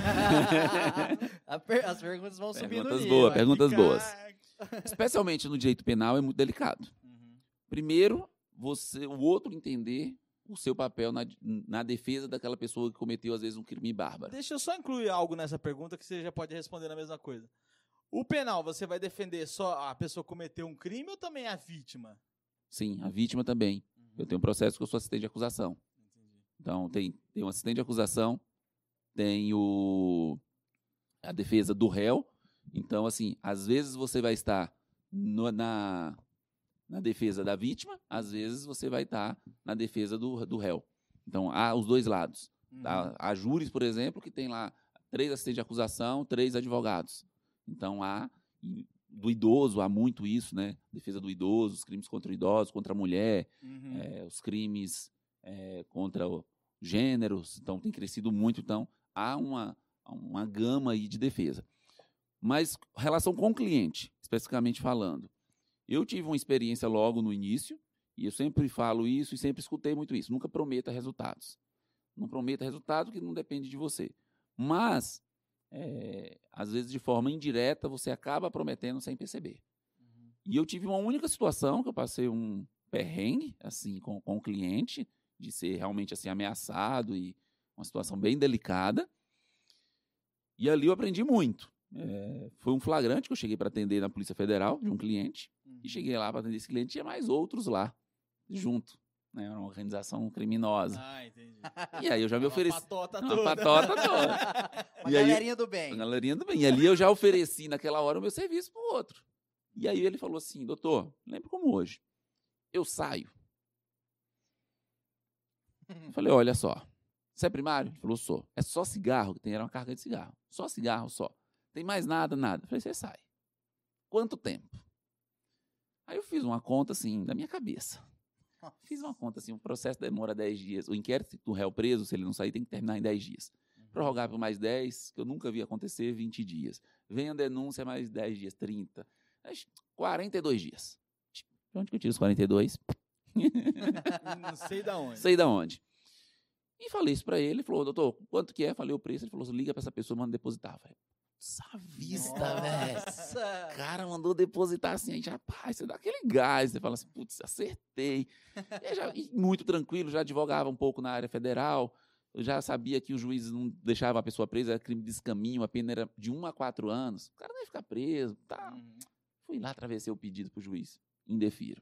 As perguntas vão subindo Perguntas nível. boas, perguntas ficar... boas. Especialmente no direito penal é muito delicado. Uhum. Primeiro, você, o outro entender o seu papel na, na defesa daquela pessoa que cometeu, às vezes, um crime bárbaro. Deixa eu só incluir algo nessa pergunta que você já pode responder na mesma coisa. O penal, você vai defender só a pessoa que cometeu um crime ou também a vítima? Sim, a vítima também. Uhum. Eu tenho um processo que eu sou assistente de acusação. Entendi. Então, tem, tem um assistente de acusação, tem o, a defesa do réu. Então, assim, às vezes você vai estar no, na, na defesa da vítima, às vezes você vai estar na defesa do, do réu. Então, há os dois lados. Uhum. Há, há júris, por exemplo, que tem lá três assistentes de acusação, três advogados. Então, há, do idoso, há muito isso, né? Defesa do idoso, os crimes contra o idoso, contra a mulher, uhum. é, os crimes é, contra o gêneros. Então, tem crescido muito. Então, há uma, uma gama aí de defesa. Mas, relação com o cliente, especificamente falando, eu tive uma experiência logo no início, e eu sempre falo isso e sempre escutei muito isso. Nunca prometa resultados. Não prometa resultado que não depende de você. Mas, é, às vezes, de forma indireta, você acaba prometendo sem perceber. Uhum. E eu tive uma única situação que eu passei um perrengue assim, com, com o cliente, de ser realmente assim, ameaçado e uma situação bem delicada. E ali eu aprendi muito. É, foi um flagrante que eu cheguei para atender na Polícia Federal, de um cliente, uhum. e cheguei lá para atender esse cliente, tinha mais outros lá, junto. Né, era uma organização criminosa. Ah, entendi. E aí eu já me ofereci... Uma patota uma toda. patota toda. Uma e aí, galerinha do bem. Uma galerinha do bem. E ali eu já ofereci, naquela hora, o meu serviço para o outro. E aí ele falou assim, doutor, lembro como hoje, eu saio. Eu falei, olha só, você é primário? Ele falou, sou. É só cigarro que tem, era uma carga de cigarro. Só cigarro, só. Tem mais nada, nada. Eu falei, você sai. Quanto tempo? Aí eu fiz uma conta, assim, da minha cabeça. Fiz uma conta, assim, o processo demora dez dias. O inquérito do réu preso, se ele não sair, tem que terminar em dez dias. Prorrogar por mais dez, que eu nunca vi acontecer, vinte dias. Vem a denúncia, mais dez dias, trinta. quarenta e dois dias. De onde que eu tiro os quarenta e dois? Não sei da onde. Sei da onde. E falei isso pra ele, ele falou, doutor, quanto que é? Falei o preço, ele falou, liga pra essa pessoa, manda depositar. Eu falei, à vista, velho. O cara mandou depositar assim, a gente, rapaz, você dá aquele gás, você fala assim, putz, acertei. E, já, e muito tranquilo, já advogava um pouco na área federal, eu já sabia que o juiz não deixava a pessoa presa, era crime de descaminho, a pena era de um a quatro anos, o cara não ia ficar preso, tá. Uhum. Fui lá, atravessei o pedido pro juiz, indefiro.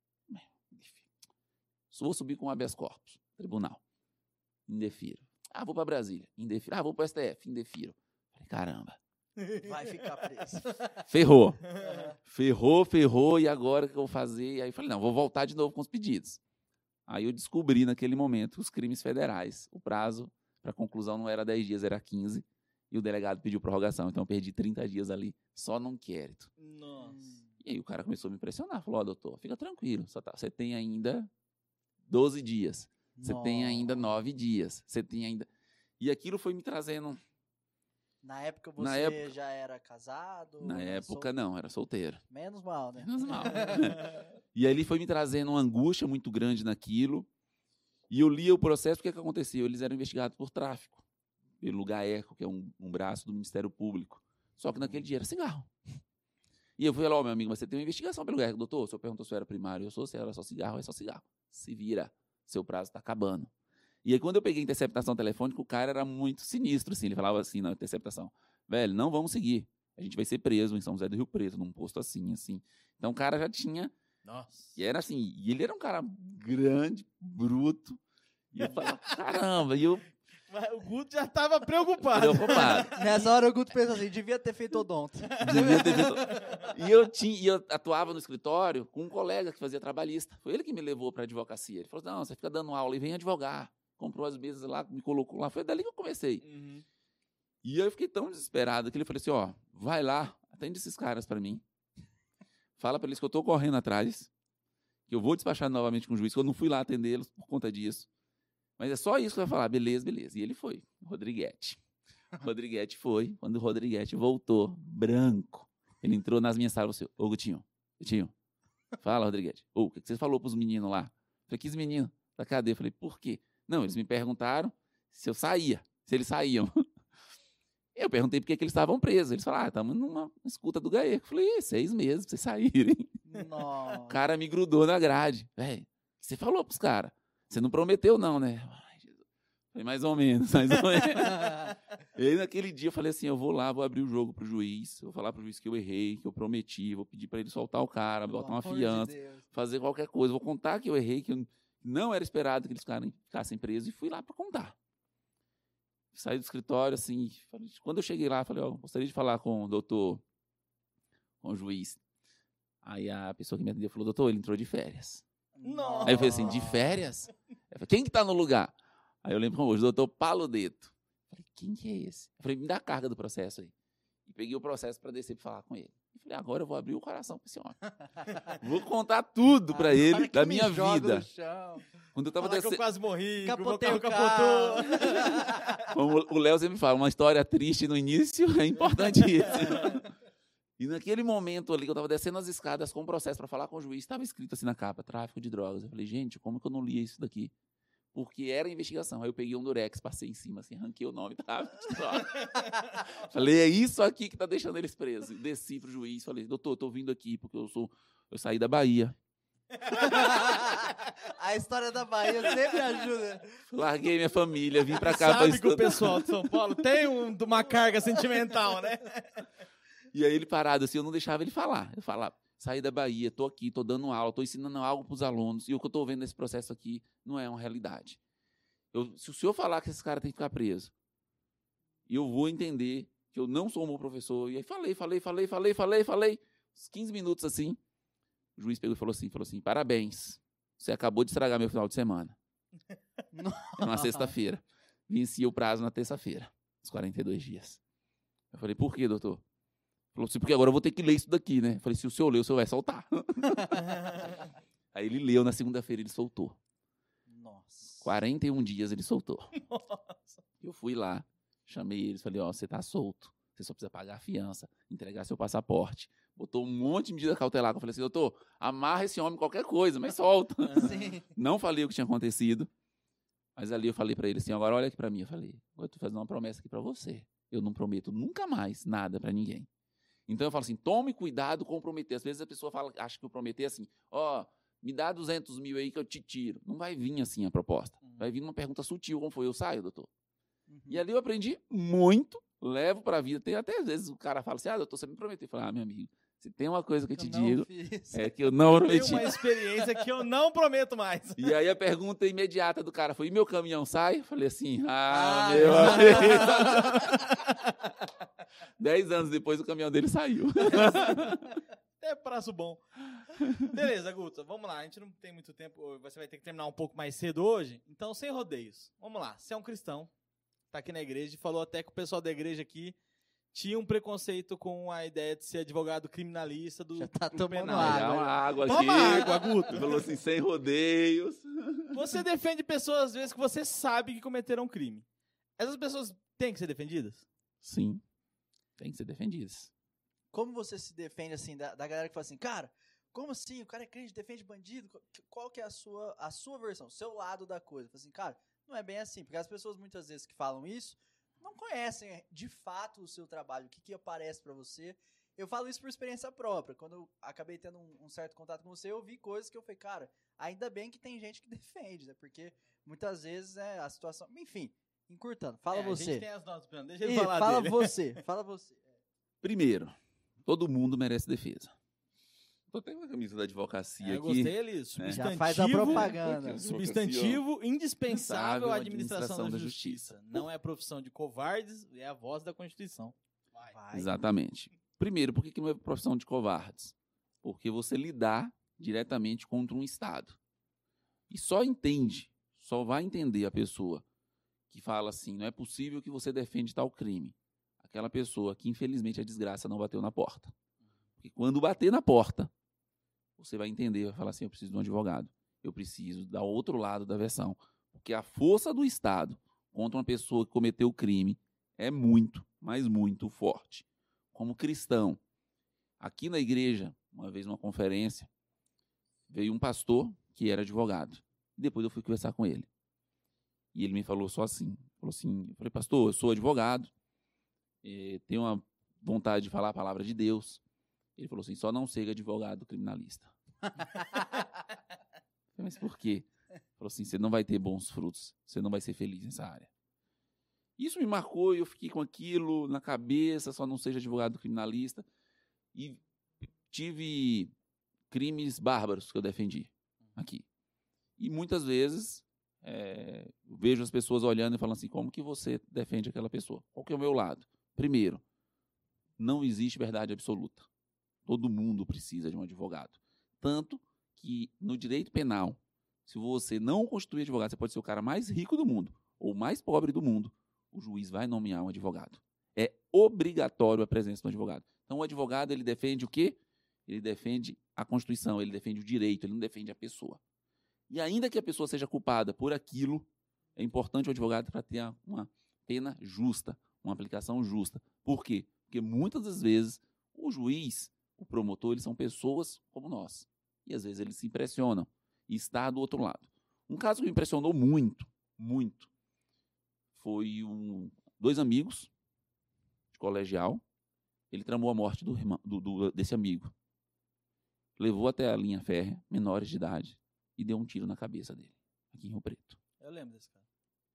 Vou subir com habeas corpus, tribunal, indefiro. Ah, vou pra Brasília, indefiro. Ah, vou pro S T F, indefiro. Falei, caramba. Vai ficar preso. Ferrou. Ferrou, ferrou, e agora o que eu vou fazer? E aí eu falei, não, vou voltar de novo com os pedidos. Aí eu descobri naquele momento os crimes federais. O prazo para conclusão não era dez dias, era quinze. E o delegado pediu prorrogação. Então eu perdi trinta dias ali, só no inquérito. Nossa. E aí o cara começou a me pressionar. Falou, ó, oh, doutor, fica tranquilo. Só tá, você tem ainda doze dias. Você Nossa. tem ainda nove dias. Você tem ainda... E aquilo foi me trazendo... Na época você Na época, já era casado? Na época sol... não, era solteiro. Menos mal, né? Menos mal. E aí ele foi me trazendo uma angústia muito grande naquilo. E eu lia o processo, o que, é que aconteceu? Eles eram investigados por tráfico, pelo GAECO, que é um, um braço do Ministério Público. Só que naquele dia era cigarro. E eu falei, ó, oh, meu amigo, mas você tem uma investigação pelo GAECO. Doutor, o senhor perguntou se eu era primário. Eu sou, se era só cigarro, é só cigarro. Se vira, seu prazo está acabando. E aí, quando eu peguei a interceptação telefônica, o cara era muito sinistro, assim. Ele falava assim na interceptação, velho, não vamos seguir. A gente vai ser preso em São José do Rio Preto, num posto assim, assim. Então, o cara já tinha... Nossa. E era assim, e ele era um cara grande, bruto. E eu falava, caramba, e eu... Mas o Guto já estava preocupado. preocupado. Nessa hora o Guto pensou assim, devia ter feito odonto. Devia ter feito... E eu, tinha, e eu atuava no escritório com um colega que fazia trabalhista. Foi ele que me levou para a advocacia. Ele falou, não, você fica dando aula e vem advogar. Comprou as mesas lá, me colocou lá. Foi dali que eu comecei. Uhum. E eu fiquei tão desesperado que ele falou assim, ó, vai lá, atende esses caras para mim. Fala para eles que eu tô correndo atrás, que eu vou despachar novamente com o juiz, que eu não fui lá atendê-los por conta disso. Mas é só isso que vai falar. Beleza, beleza. E ele foi, Rodriguete. Rodriguete foi. Quando o Rodriguete voltou, branco, ele entrou nas minhas salas e falou assim, ô, Gutinho, Gutinho, fala, Rodriguete. Ô, o que você falou pros meninos lá? Eu falei, que meninos da cadeia? Eu falei, por quê? Não, eles me perguntaram se eu saía, se eles saíam. Eu perguntei por que eles estavam presos. Eles falaram, ah, estamos numa escuta do GAECO. Eu falei, seis meses pra vocês saírem. Nossa. O cara me grudou na grade. Velho, você falou pros caras. Você não prometeu não, né? Ai, Jesus. Falei, mais ou menos, mais ou menos. E aí, naquele dia, eu falei assim, eu vou lá, vou abrir o jogo pro juiz, vou falar pro juiz que eu errei, que eu prometi, vou pedir para ele soltar o cara, botar uma fiança, de fazer qualquer coisa. Vou contar que eu errei, que eu não era esperado que eles ficassem presos, e fui lá para contar. Saí do escritório, assim, falei, quando eu cheguei lá, falei, ó, gostaria de falar com o doutor, com o juiz. Aí a pessoa que me atendeu falou, doutor, ele entrou de férias. Não. Aí eu falei assim, de férias? Eu falei, quem que tá no lugar? Aí eu lembro como hoje, o doutor Paludeto. Falei, quem que é esse? Eu falei, me dá a carga do processo aí. E peguei o processo para descer para falar com ele. Eu falei, agora eu vou abrir o coração para esse homem. Vou contar tudo para ele da minha vida. Quando eu tava descendo... eu quase morri, capotei o capotou. Como o Léo sempre fala, uma história triste no início é importantíssima. E naquele momento ali que eu estava descendo as escadas com o processo para falar com o juiz, estava escrito assim na capa, tráfico de drogas. Eu falei, gente, como que eu não li isso daqui? Porque era investigação. Aí eu peguei um durex, passei em cima, assim, ranquei o nome, tráfico de drogas. Falei, é isso aqui que está deixando eles presos. Desci pro juiz, falei, doutor, estou vindo aqui porque eu sou, eu saí da Bahia. A história da Bahia sempre ajuda. Larguei minha família, vim pra cá pra Sabe que o estudar. pessoal de São Paulo tem um- uma carga sentimental, né? E aí ele parado assim, eu não deixava ele falar. Eu falava, saí da Bahia, tô aqui, tô dando aula, tô ensinando algo pros alunos, e o que eu tô vendo nesse processo aqui não é uma realidade. Eu, se o senhor falar que esse cara tem que ficar preso, eu vou entender que eu não sou um bom professor. E aí falei, falei, falei, falei, falei, falei, uns quinze minutos assim, o juiz pegou e falou assim, falou assim, parabéns, você acabou de estragar meu final de semana. Era uma sexta-feira. Vencia o prazo na terça-feira, os quarenta e dois dias. Eu falei, por quê, doutor? Falou assim, porque agora eu vou ter que ler isso daqui, né? Eu falei, se o senhor ler, o senhor vai soltar. Aí ele leu, na segunda-feira ele soltou. Nossa. quarenta e um dias ele soltou. Nossa. Eu fui lá, chamei eles, falei, ó, você tá solto. Você só precisa pagar a fiança, entregar seu passaporte. Botou um monte de medida cautelar. Eu falei assim, doutor, amarra esse homem qualquer coisa, mas solta. Sim. Não falei o que tinha acontecido, mas ali eu falei pra ele assim, agora olha aqui pra mim. Eu falei, eu tô fazendo uma promessa aqui pra você. Eu não prometo nunca mais nada pra ninguém. Então eu falo assim, tome cuidado com prometer. Às vezes a pessoa fala, acha que eu prometer assim, ó, me dá duzentos mil aí que eu te tiro. Não vai vir assim a proposta. Vai vir uma pergunta sutil, como foi, eu saio, doutor? Uhum. E ali eu aprendi muito, levo pra vida. Tem até às vezes o cara fala assim, ah, doutor, você me prometeu. Eu falo, ah, meu amigo, se tem uma coisa que eu te Eu não digo, fiz. é que eu não Tem prometi. uma experiência que eu não prometo mais. E aí a pergunta imediata do cara foi, e meu caminhão sai? Eu falei assim, ah, Ah, meu não. amigo. Dez anos depois o caminhão dele saiu. É prazo bom. Beleza, Guto, vamos lá. A gente não tem muito tempo. Você vai ter que terminar um pouco mais cedo hoje. Então, sem rodeios. Vamos lá. Você é um cristão. Tá aqui na igreja. E falou até que o pessoal da igreja aqui tinha um preconceito com a ideia de ser advogado criminalista do, Já tá do tomando penal. água. Pegar uma água aqui. Toma água, Guto. Ele falou assim, sem rodeios. Você defende pessoas, às vezes, que você sabe que cometeram crime. Essas pessoas têm que ser defendidas? Sim, tem que ser defendidas. Como você se defende, assim, da, da galera que fala assim, cara, como assim? O cara é crente, defende bandido? Qual- Qual que é a sua, a sua versão, o seu lado da coisa? Fala assim, cara, não é bem assim, porque as pessoas muitas vezes que falam isso não conhecem de fato o seu trabalho, o que, que aparece pra você. Eu falo isso por experiência própria. Quando eu acabei tendo um, um certo contato com você, eu vi coisas que eu falei, cara, ainda bem que tem gente que defende, né? Porque muitas vezes é a situação... Enfim, encurtando, fala É, A você. gente tem as notas, Bruno. Deixa ele Ih, falar fala dele. você, fala você. Primeiro, todo mundo merece defesa. Tô até com a camisa da advocacia É, eu aqui. gostei ali. Substantivo, Já faz a propaganda. substantivo indispensável à à administração da justiça. Não é profissão de covardes, é a voz da Constituição. Vai. Vai. Exatamente. Primeiro, por que que não é profissão de covardes? Porque você lidar diretamente contra um Estado. E só entende, só vai entender a pessoa que fala assim, não é possível que você defende tal crime. Aquela pessoa que, infelizmente, a desgraça não bateu na porta. Porque quando bater na porta, você vai entender, vai falar assim, eu preciso de um advogado. Eu preciso dar outro lado da versão. Porque a força do Estado contra uma pessoa que cometeu o crime é muito, mas muito forte. Como cristão, aqui na igreja, uma vez numa conferência, veio um pastor que era advogado. Depois eu fui conversar com ele. E ele me falou só assim, falou assim, eu falei, pastor, eu sou advogado, eh, tenho uma vontade de falar a palavra de Deus. Ele falou assim, só não seja advogado criminalista. Eu falei, mas por quê? Ele falou assim, você não vai ter bons frutos, você não vai ser feliz nessa área. Isso me marcou e eu fiquei com aquilo na cabeça, só não seja advogado criminalista. E tive crimes bárbaros que eu defendi aqui. E muitas vezes é, vejo as pessoas olhando e falando assim, como que você defende aquela pessoa? Qual que é o meu lado? Primeiro, não existe verdade absoluta. Todo mundo precisa de um advogado. Tanto que no direito penal, se você não constituir advogado, você pode ser o cara mais rico do mundo ou mais pobre do mundo, o juiz vai nomear um advogado. É obrigatório a presença do advogado. Então, o advogado, ele defende o quê? Ele defende a Constituição, ele defende o direito, ele não defende a pessoa. E ainda que a pessoa seja culpada por aquilo, é importante o advogado para ter uma pena justa, uma aplicação justa. Por quê? Porque muitas das vezes o juiz, o promotor, eles são pessoas como nós. E às vezes eles se impressionam e está do outro lado. Um caso que me impressionou muito, muito, foi um, dois amigos de colegial. Ele tramou a morte do, irmão, do, do, desse amigo. levou até a linha férrea, menores de idade, e deu um tiro na cabeça dele, aqui em Rio Preto. Eu lembro desse cara.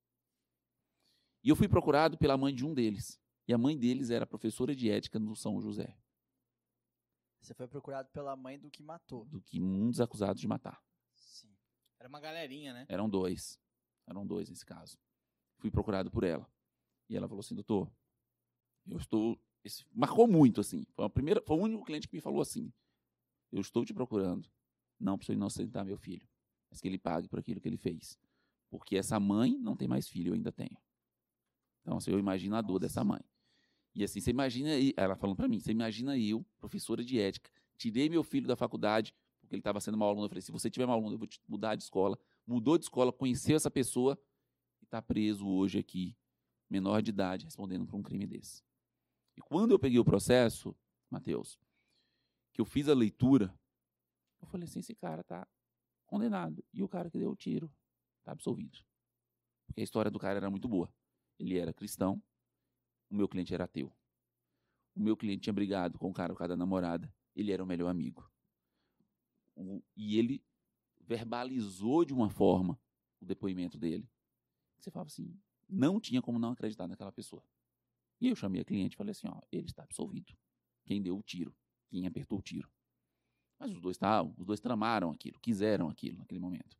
E eu fui procurado pela mãe de um deles. E a mãe deles era professora de ética no São José. Você foi procurado pela mãe do que matou. Do que um dos acusados de matar. Sim. Era uma galerinha, né? Eram dois. Eram dois nesse caso. Fui procurado por ela. E ela falou assim, doutor, eu estou... Esse, marcou muito, assim. Foi, a primeira, foi o único cliente que me falou assim, eu estou te procurando, não para inocentar meu filho, mas que ele pague por aquilo que ele fez. Porque essa mãe não tem mais filho, eu ainda tenho. Então, assim, eu imagino a dor dessa mãe. E assim, você imagina, ela falando para mim, você imagina eu, professora de ética, tirei meu filho da faculdade, porque ele estava sendo mau aluno, eu falei, se você tiver mau aluno, eu vou te mudar de escola. Mudou de escola, conheceu essa pessoa e está preso hoje aqui, menor de idade, respondendo por um crime desse. E quando eu peguei o processo, Matheus, que eu fiz a leitura, eu falei assim, esse cara está condenado. E o cara que deu o tiro está absolvido. Porque a história do cara era muito boa. Ele era cristão, o meu cliente era ateu. O meu cliente tinha brigado com o cara por causa da namorada, ele era o melhor amigo. O, e ele verbalizou de uma forma o depoimento dele. Você falava assim, não tinha como não acreditar naquela pessoa. E eu chamei a cliente e falei assim, ó, ele está absolvido. Quem deu o tiro, quem apertou o tiro. Mas os dois estavam, os dois tramaram aquilo, quiseram aquilo naquele momento.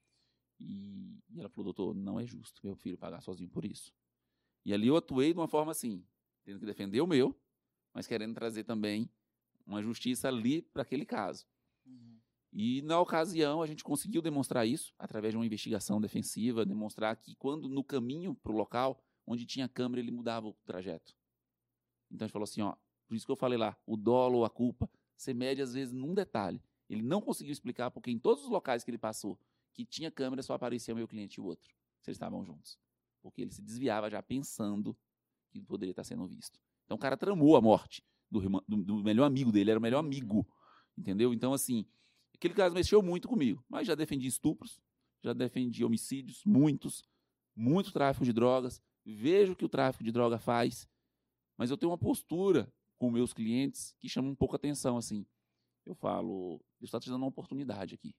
E, e ela falou, doutor, não é justo meu filho pagar sozinho por isso. E ali eu atuei de uma forma assim, tendo que defender o meu, mas querendo trazer também uma justiça ali para aquele caso. Uhum. E na ocasião a gente conseguiu demonstrar isso, através de uma investigação defensiva, demonstrar que quando no caminho para o local, onde tinha câmera, ele mudava o trajeto. Então a gente falou assim, ó, por isso que eu falei lá, o dolo ou a culpa, você mede às vezes num detalhe. Ele não conseguiu explicar porque em todos os locais que ele passou, que tinha câmera, só aparecia o meu cliente e o outro, se eles estavam juntos. Porque ele se desviava já pensando que poderia estar sendo visto. Então o cara tramou a morte do, do, do melhor amigo dele, era o melhor amigo, entendeu? Então assim, aquele caso mexeu muito comigo, mas já defendi estupros, já defendi homicídios, muitos, muito tráfico de drogas, vejo o que o tráfico de droga faz, mas eu tenho uma postura com meus clientes que chama um pouco a atenção, assim. Eu falo, Deus está te dando uma oportunidade aqui.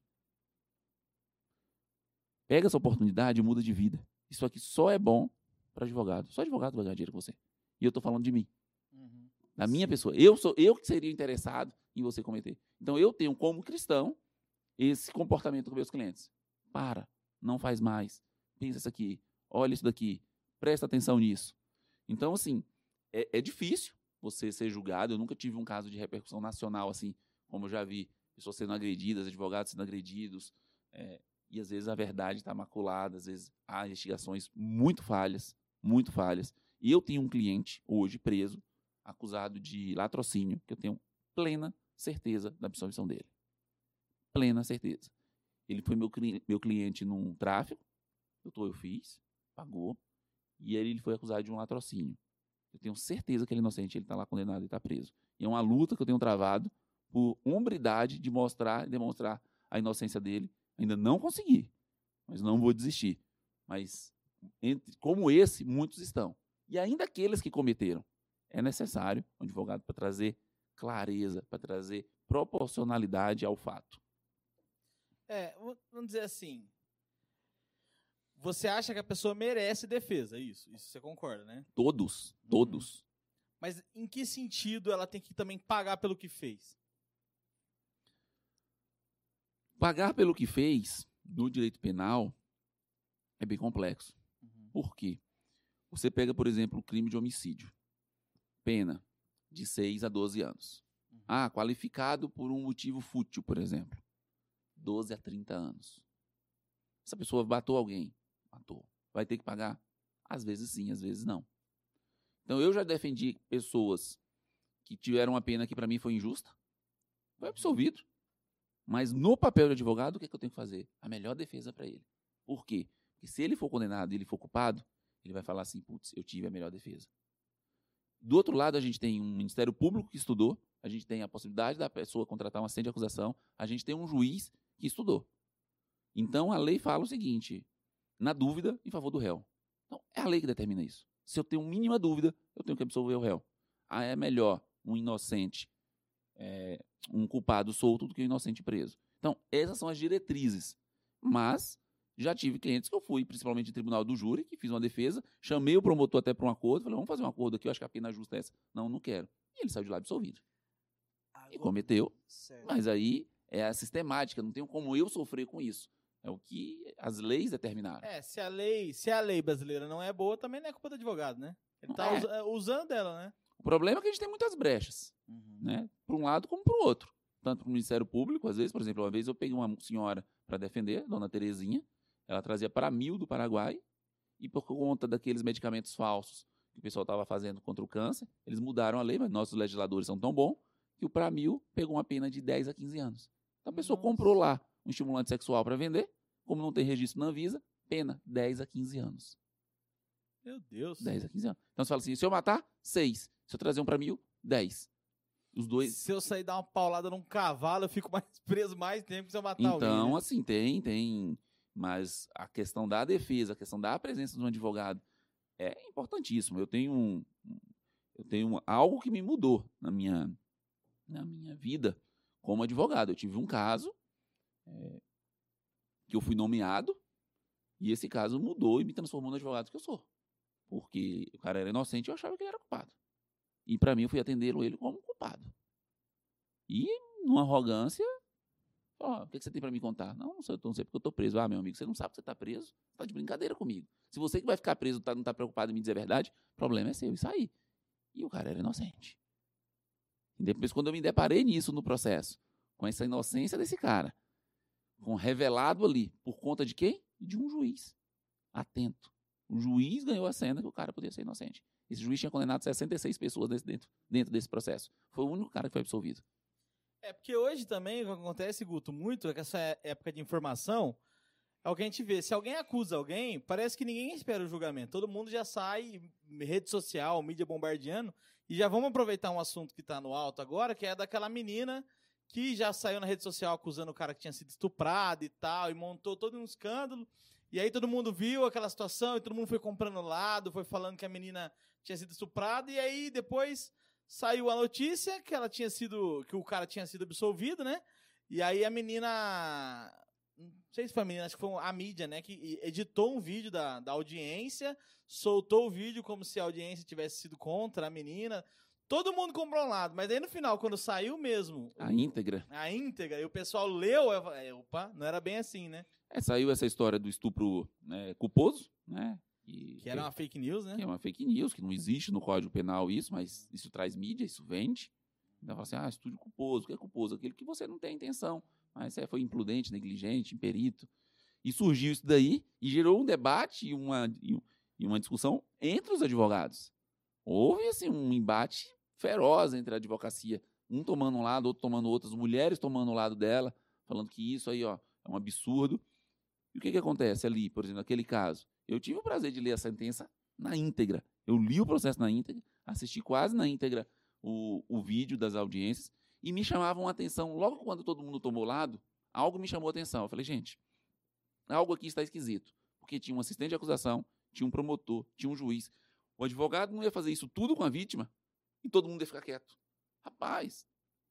Pega essa oportunidade e muda de vida. Isso aqui só é bom para advogado. Só advogado vai ganhar dinheiro com você. E eu estou falando de mim. Uhum. Da minha Sim. pessoa. Eu sou eu que seria interessado em você cometer. Então, eu tenho como cristão esse comportamento com meus clientes. Para. Não faz mais. Pensa isso aqui. Olha isso daqui. Presta atenção nisso. Então, assim, é, é difícil você ser julgado. Eu nunca tive um caso de repercussão nacional, assim, como eu já vi. Pessoas sendo agredidas, advogados sendo agredidos. É, e, às vezes, a verdade está maculada. Às vezes, há investigações muito falhas, muito falhas. E eu tenho um cliente, hoje, preso, acusado de latrocínio, que eu tenho plena certeza da absolvição dele. Plena certeza. Ele foi meu, meu cliente num tráfico. Doutor, eu fiz, pagou. E ele foi acusado de um latrocínio. Eu tenho certeza que ele é inocente, ele está lá condenado e está preso. E é uma luta que eu tenho travado por hombridade de mostrar e demonstrar a inocência dele. Ainda não consegui, mas não vou desistir. Mas, entre, como esse, muitos estão. E ainda aqueles que cometeram. É necessário um advogado para trazer clareza, para trazer proporcionalidade ao fato. É, vamos dizer assim, você acha que a pessoa merece defesa, isso, isso você concorda, né? Todos, todos. Hum. Mas em que sentido ela tem que também pagar pelo que fez? Pagar pelo que fez, no direito penal, é bem complexo. Uhum. Por quê? Você pega, por exemplo, o crime de homicídio. Pena de seis a doze anos. Uhum. Ah, qualificado por um motivo fútil, por exemplo. doze a trinta anos. Essa pessoa matou alguém. Matou. Vai ter que pagar? Às vezes sim, às vezes não. Então, eu já defendi pessoas que tiveram uma pena que para mim foi injusta. Foi absolvido. Mas no papel de advogado, o que, é que eu tenho que fazer? A melhor defesa para ele. Por quê? Porque se ele for condenado e ele for culpado, ele vai falar assim, putz, eu tive a melhor defesa. Do outro lado, a gente tem um Ministério Público que estudou, a gente tem a possibilidade da pessoa contratar um assistente de acusação, a gente tem um juiz que estudou. Então, a lei fala o seguinte, na dúvida, em favor do réu. Então, é a lei que determina isso. Se eu tenho mínima dúvida, eu tenho que absolver o réu. Ah, é melhor um inocente é, um culpado solto do que um inocente preso. Então, essas são as diretrizes. Mas já tive clientes que eu fui, principalmente em tribunal do júri, que fiz uma defesa, chamei o promotor até para um acordo, falei, vamos fazer um acordo aqui, eu acho que a pena justa é essa. Não, não quero. E ele saiu de lá absolvido. E cometeu, Certo. mas aí é a sistemática, não tem como eu sofrer com isso. É o que as leis determinaram. É, se a lei, se a lei brasileira não é boa, também não é culpa do advogado, né? Ele Não tá é. usa- usando dela, né? O problema é que a gente tem muitas brechas, né? Para um lado como para o outro. Tanto para o Ministério Público, às vezes, por exemplo, uma vez eu peguei uma senhora para defender, dona Terezinha, ela trazia para mil do Paraguai, e por conta daqueles medicamentos falsos que o pessoal estava fazendo contra o câncer, eles mudaram a lei, mas nossos legisladores são tão bons, que o para mil pegou uma pena de dez a quinze anos. Então a pessoa Nossa. comprou lá um estimulante sexual para vender, como não tem registro na Anvisa, pena dez a quinze anos. Meu Deus. dez a quinze anos. Então você fala assim, se eu matar, seis. Se eu trazer um para mil, dez. Os dois... Se eu sair dar uma paulada num cavalo, eu fico mais preso mais tempo que se eu matar alguém. Então, né? assim, tem, tem. Mas a questão da defesa, a questão da presença de um advogado é importantíssimo. Eu tenho um, eu tenho um- algo que me mudou na minha, na minha vida como advogado. Eu tive um caso é, que eu fui nomeado e esse caso mudou e me transformou no advogado que eu sou. Porque o cara era inocente e eu achava que ele era culpado. E para mim eu fui atendê-lo ele como culpado. E numa arrogância, ó, o que que você tem para me contar? Não, não sei, não sei porque eu tô preso. Ah, meu amigo, você não sabe que você tá preso? Você tá de brincadeira comigo. Se você que vai ficar preso tá, não tá preocupado em me dizer a verdade, o problema é seu, isso aí. E o cara era inocente. E depois, quando eu me deparei nisso no processo, com essa inocência desse cara, com revelado ali, por conta de quem? De um juiz. Atento. O juiz ganhou a cena que o cara podia ser inocente. Esse juiz tinha condenado sessenta e seis pessoas desse, dentro, dentro desse processo. Foi o único cara que foi absolvido. É porque hoje também o que acontece, Guto, muito, é que essa é- época de informação, é o que a gente vê. Se alguém acusa alguém, parece que ninguém espera o julgamento. Todo mundo já sai, rede social, mídia bombardeando, e já vamos aproveitar um assunto que tá no alto agora, que é daquela menina que já saiu na rede social acusando o cara que tinha sido estuprado e tal, e montou todo um escândalo. E aí todo mundo viu aquela situação, e todo mundo foi comprando lado, foi falando que a menina tinha sido estuprada, e aí depois saiu a notícia que ela tinha sido, que o cara tinha sido absolvido, né? E aí a menina, não sei se foi a menina, acho que foi a mídia, né? Que editou um vídeo da, da audiência, soltou o vídeo como se a audiência tivesse sido contra a menina. Todo mundo comprou um lado, mas aí no final, quando saiu mesmo A íntegra. a íntegra, e o pessoal leu, eu falei, opa, não era bem assim, né? É, saiu essa história do estupro, né, culposo, né? E, Que era uma fake news, né? que é uma fake news, que não existe no Código Penal isso, mas isso traz mídia, isso vende. Então fala assim, ah, estúdio culposo. O que é culposo? Aquele que você não tem intenção, mas é, foi imprudente, negligente, imperito. E surgiu isso daí e gerou um debate e uma, e, e uma discussão entre os advogados. Houve, assim, um embate feroz entre a advocacia, um tomando um lado, outro tomando outro, as mulheres tomando o lado dela, falando que isso aí, ó, é um absurdo. E o que que acontece ali, por exemplo, naquele caso? Eu tive o prazer de ler a sentença na íntegra. Eu li o processo na íntegra, assisti quase na íntegra o, o vídeo das audiências e me chamavam a atenção, logo quando todo mundo tomou lado, algo me chamou a atenção. Eu falei, gente, algo aqui está esquisito, porque tinha um assistente de acusação, tinha um promotor, tinha um juiz. O advogado não ia fazer isso tudo com a vítima e todo mundo ia ficar quieto. Rapaz,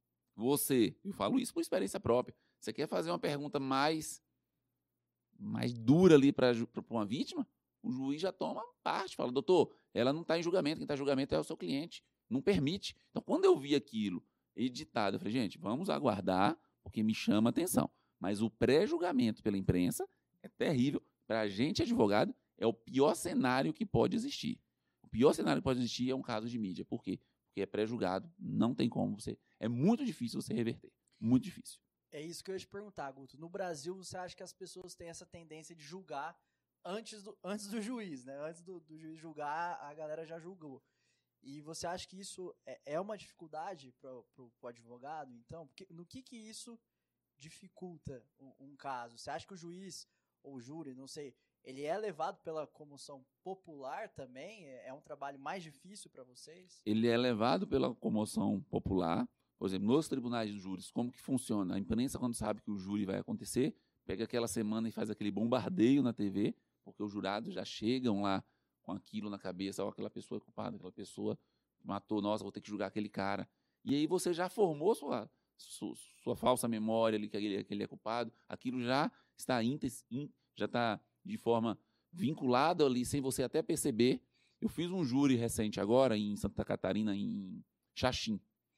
você, eu falo isso por experiência própria, você quer fazer uma pergunta mais, mais dura ali para uma vítima? O juiz já toma parte, fala, doutor, ela não está em julgamento, quem está em julgamento é o seu cliente, não permite. Então, quando eu vi aquilo editado, eu falei, gente, vamos aguardar, porque me chama a atenção. Mas o pré-julgamento pela imprensa é terrível. Para a gente, advogado, é o pior cenário que pode existir. O pior cenário que pode existir é um caso de mídia. Por quê? Porque é pré-julgado, não tem como você... É muito difícil você reverter. Muito difícil. É isso que eu ia te perguntar, Guto. No Brasil, você acha que as pessoas têm essa tendência de julgar antes do, antes do juiz, né? Antes do, do juiz julgar, a galera já julgou. E você acha que isso é, é uma dificuldade para o advogado, então? Porque, no que que isso dificulta um, um caso? Você acha que o juiz ou o júri, não sei, ele é levado pela comoção popular também? É, é um trabalho mais difícil para vocês? Ele é levado pela comoção popular. Por exemplo, nos tribunais de júris, como que funciona? A imprensa, quando sabe que o júri vai acontecer, pega aquela semana e faz aquele bombardeio na T V, porque os jurados já chegam lá com aquilo na cabeça, ó, aquela pessoa é culpada, aquela pessoa matou, nossa, vou ter que julgar aquele cara. E aí você já formou sua, sua, sua falsa memória ali, que ele, que ele é culpado. Aquilo já está, íntes, in, já está de forma vinculada ali, sem você até perceber. Eu fiz um júri recente agora, em Santa Catarina, em Xaxim.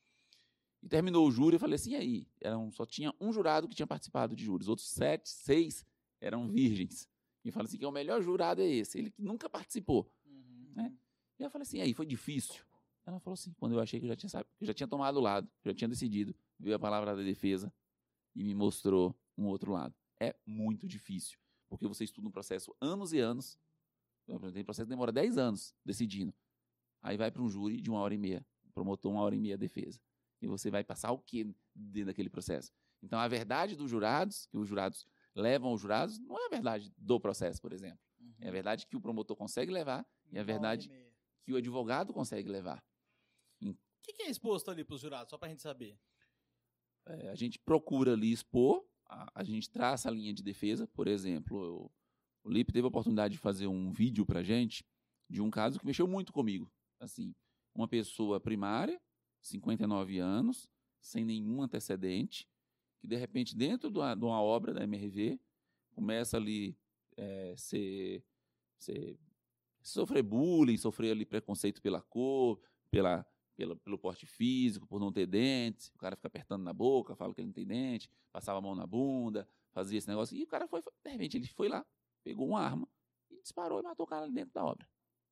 E terminou o júri, eu falei assim, e aí? Eram, só tinha um jurado que tinha participado de júris. Outros sete, seis eram virgens. E eu falei assim, que é o melhor jurado é esse, ele que nunca participou. Uhum. Né? E eu falei assim, e aí, foi difícil? Ela falou assim, quando eu achei que eu já tinha, sabe, que eu já tinha tomado o lado, já tinha decidido, veio a palavra da defesa e me mostrou um outro lado. É muito difícil, porque você estuda um processo anos e anos, tem processo que demora dez anos decidindo. Aí vai para um júri de uma hora e meia, promotor uma hora e meia a defesa. E você vai passar o quê dentro daquele processo? Então, a verdade dos jurados, que os jurados levam os jurados, não é a verdade do processo, por exemplo. Uhum. É a verdade que o promotor consegue levar e a verdade que o advogado consegue levar. O que, que é exposto ali para os jurados, só para a gente saber? É, a gente procura ali expor, a, a gente traça a linha de defesa. Por exemplo, eu, o Lipe teve a oportunidade de fazer um vídeo para a gente de um caso que mexeu muito comigo. Assim, uma pessoa primária, cinquenta e nove anos, sem nenhum antecedente, que de repente dentro de uma, de uma obra da M R V, começa ali é, ser, ser, sofrer bullying, sofrer ali preconceito pela cor, pela, pela, pelo porte físico, por não ter dentes, o cara fica apertando na boca, fala que ele não tem dente, passava a mão na bunda, fazia esse negócio, e o cara foi, de repente ele foi lá, pegou uma arma e disparou e matou o cara ali dentro da obra.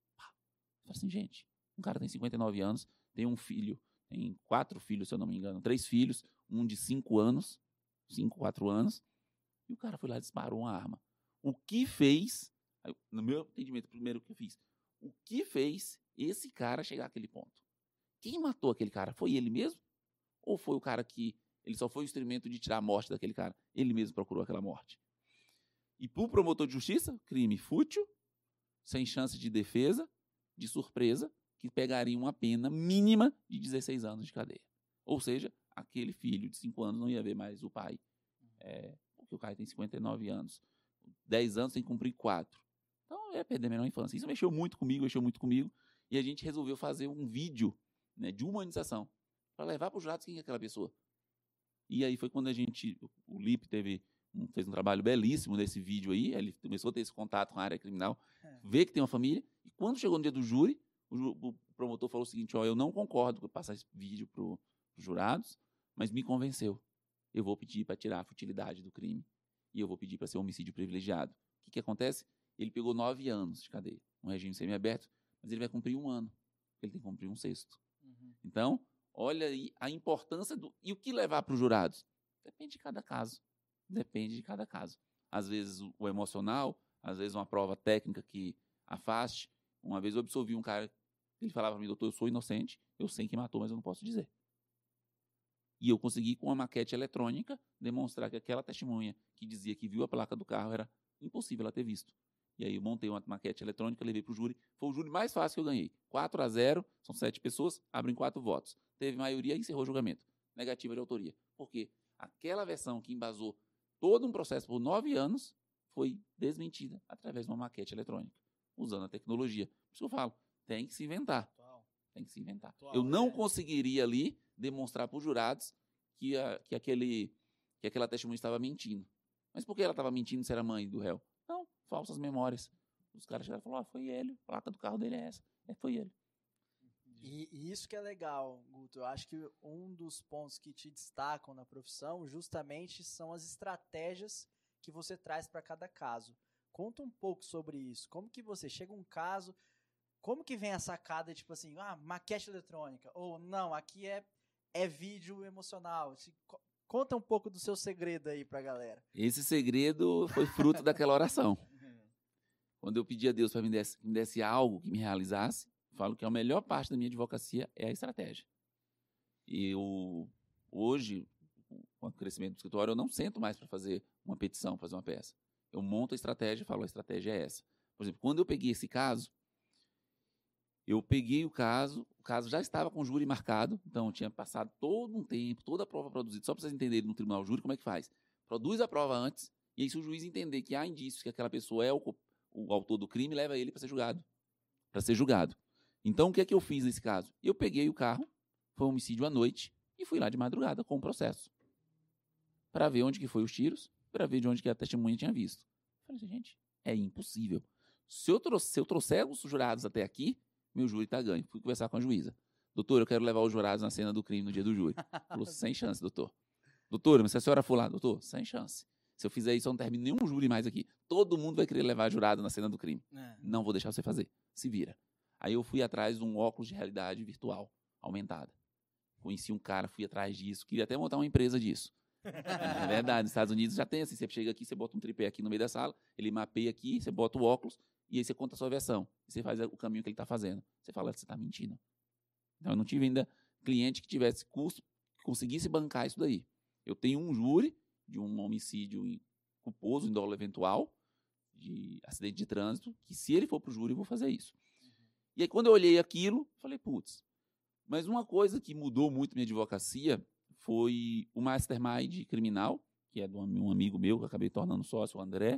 Eu falei assim, gente, um cara tem cinquenta e nove anos, tem um filho, tem quatro filhos, se eu não me engano, três filhos, um de cinco anos, cinco, quatro anos, e o cara foi lá e disparou uma arma. O que fez, no meu entendimento, primeiro que eu fiz, o que fez esse cara chegar àquele ponto? Quem matou aquele cara? Foi ele mesmo? Ou foi o cara que, ele só foi o instrumento de tirar a morte daquele cara? Ele mesmo procurou aquela morte. E para o promotor de justiça, crime fútil, sem chance de defesa, de surpresa, que pegaria uma pena mínima de dezesseis anos de cadeia. Ou seja, aquele filho de cinco anos não ia ver mais o pai, é, porque o cara tem cinquenta e nove anos. dez anos tem que cumprir quatro. Então, ia perder a menor infância. Isso mexeu muito comigo, mexeu muito comigo, e a gente resolveu fazer um vídeo, né, de humanização, para levar para os jurados quem é aquela pessoa. E aí foi quando a gente, o Lipe teve, um, fez um trabalho belíssimo nesse vídeo aí, ele começou a ter esse contato com a área criminal, é. Ver que tem uma família, e quando chegou no dia do júri, o, o promotor falou o seguinte, ó, eu não concordo com passar esse vídeo para os jurados, mas me convenceu. Eu vou pedir para tirar a futilidade do crime, e eu vou pedir para ser homicídio privilegiado. O que, que acontece? Ele pegou nove anos de cadeia, um regime semiaberto, mas ele vai cumprir um ano, ele tem que cumprir um sexto. Uhum. Então, olha aí a importância do... E o que levar para os jurados? Depende de cada caso. Depende de cada caso. Às vezes o, o emocional, às vezes uma prova técnica que afaste. Uma vez eu absolvi um cara, ele falava para mim, doutor, eu sou inocente, eu sei quem matou, mas eu não posso dizer. E eu consegui, com uma maquete eletrônica, demonstrar que aquela testemunha que dizia que viu a placa do carro era impossível ela ter visto. E aí eu montei uma maquete eletrônica, levei para o júri. Foi o júri mais fácil que eu ganhei. quatro a zero, são sete pessoas, abrem quatro votos. Teve maioria e encerrou o julgamento. Negativa de autoria. Porque aquela versão que embasou todo um processo por nove anos foi desmentida através de uma maquete eletrônica, usando a tecnologia. Por isso que eu falo, tem que se inventar. Tem que se inventar. Eu não conseguiria ali demonstrar para os jurados que, a, que, aquele, que aquela testemunha estava mentindo. Mas por que ela estava mentindo se era mãe do réu? Não, falsas memórias. Os caras chegaram e falaram, ah, foi ele, a placa do carro dele é essa. É, foi ele. E, e isso que é legal, Guto. Eu acho que um dos pontos que te destacam na profissão justamente são as estratégias que você traz para cada caso. Conta um pouco sobre isso. Como que você chega a um caso, como que vem a sacada, tipo assim, ah, maquete eletrônica, ou não, aqui é, é vídeo emocional. Conta um pouco do seu segredo aí pra galera. Esse segredo foi fruto daquela oração. Quando eu pedi a Deus para me desse, me desse algo que me realizasse, falo que a melhor parte da minha advocacia é a estratégia. E eu, hoje, com o crescimento do escritório, eu não sento mais para fazer uma petição, fazer uma peça. Eu monto a estratégia e falo, a estratégia é essa. Por exemplo, quando eu peguei esse caso, eu peguei o caso, o caso já estava com o júri marcado, então eu tinha passado todo um tempo, toda a prova produzida, só para vocês entenderem no tribunal júri como é que faz. Produz a prova antes, e aí se o juiz entender que há indícios que aquela pessoa é o, o autor do crime, leva ele para ser julgado. Para ser julgado. Então, o que é que eu fiz nesse caso? Eu peguei o carro, foi um homicídio à noite e fui lá de madrugada com o processo para ver onde que foi os tiros, para ver de onde que a testemunha tinha visto. Falei assim, gente, é impossível. Se eu, trouxer, se eu trouxer os jurados até aqui, meu júri está ganho. Fui conversar com a juíza. Doutor, eu quero levar os jurados na cena do crime no dia do júri. Falou, sem chance, doutor. Doutor, mas se a senhora for lá, doutor, sem chance. Se eu fizer isso, eu não termino nenhum júri mais aqui. Todo mundo vai querer levar jurado na cena do crime. É. Não vou deixar você fazer. Se vira. Aí eu fui atrás de um óculos de realidade virtual aumentada. Conheci um cara, fui atrás disso. Queria até montar uma empresa disso. É verdade, nos Estados Unidos já tem assim. Você chega aqui, você bota um tripé aqui no meio da sala, ele mapeia aqui, você bota o óculos e aí você conta a sua versão. E você faz o caminho que ele está fazendo. Você fala que você está mentindo. Então eu não tive ainda cliente que tivesse custo, que conseguisse bancar isso daí. Eu tenho um júri de um homicídio culposo, em dolo eventual, de acidente de trânsito, que se ele for para o júri, eu vou fazer isso. Uhum. E aí, quando eu olhei aquilo, falei, putz, mas uma coisa que mudou muito minha advocacia foi o mastermind criminal, que é de um amigo meu, que eu acabei tornando sócio, o André,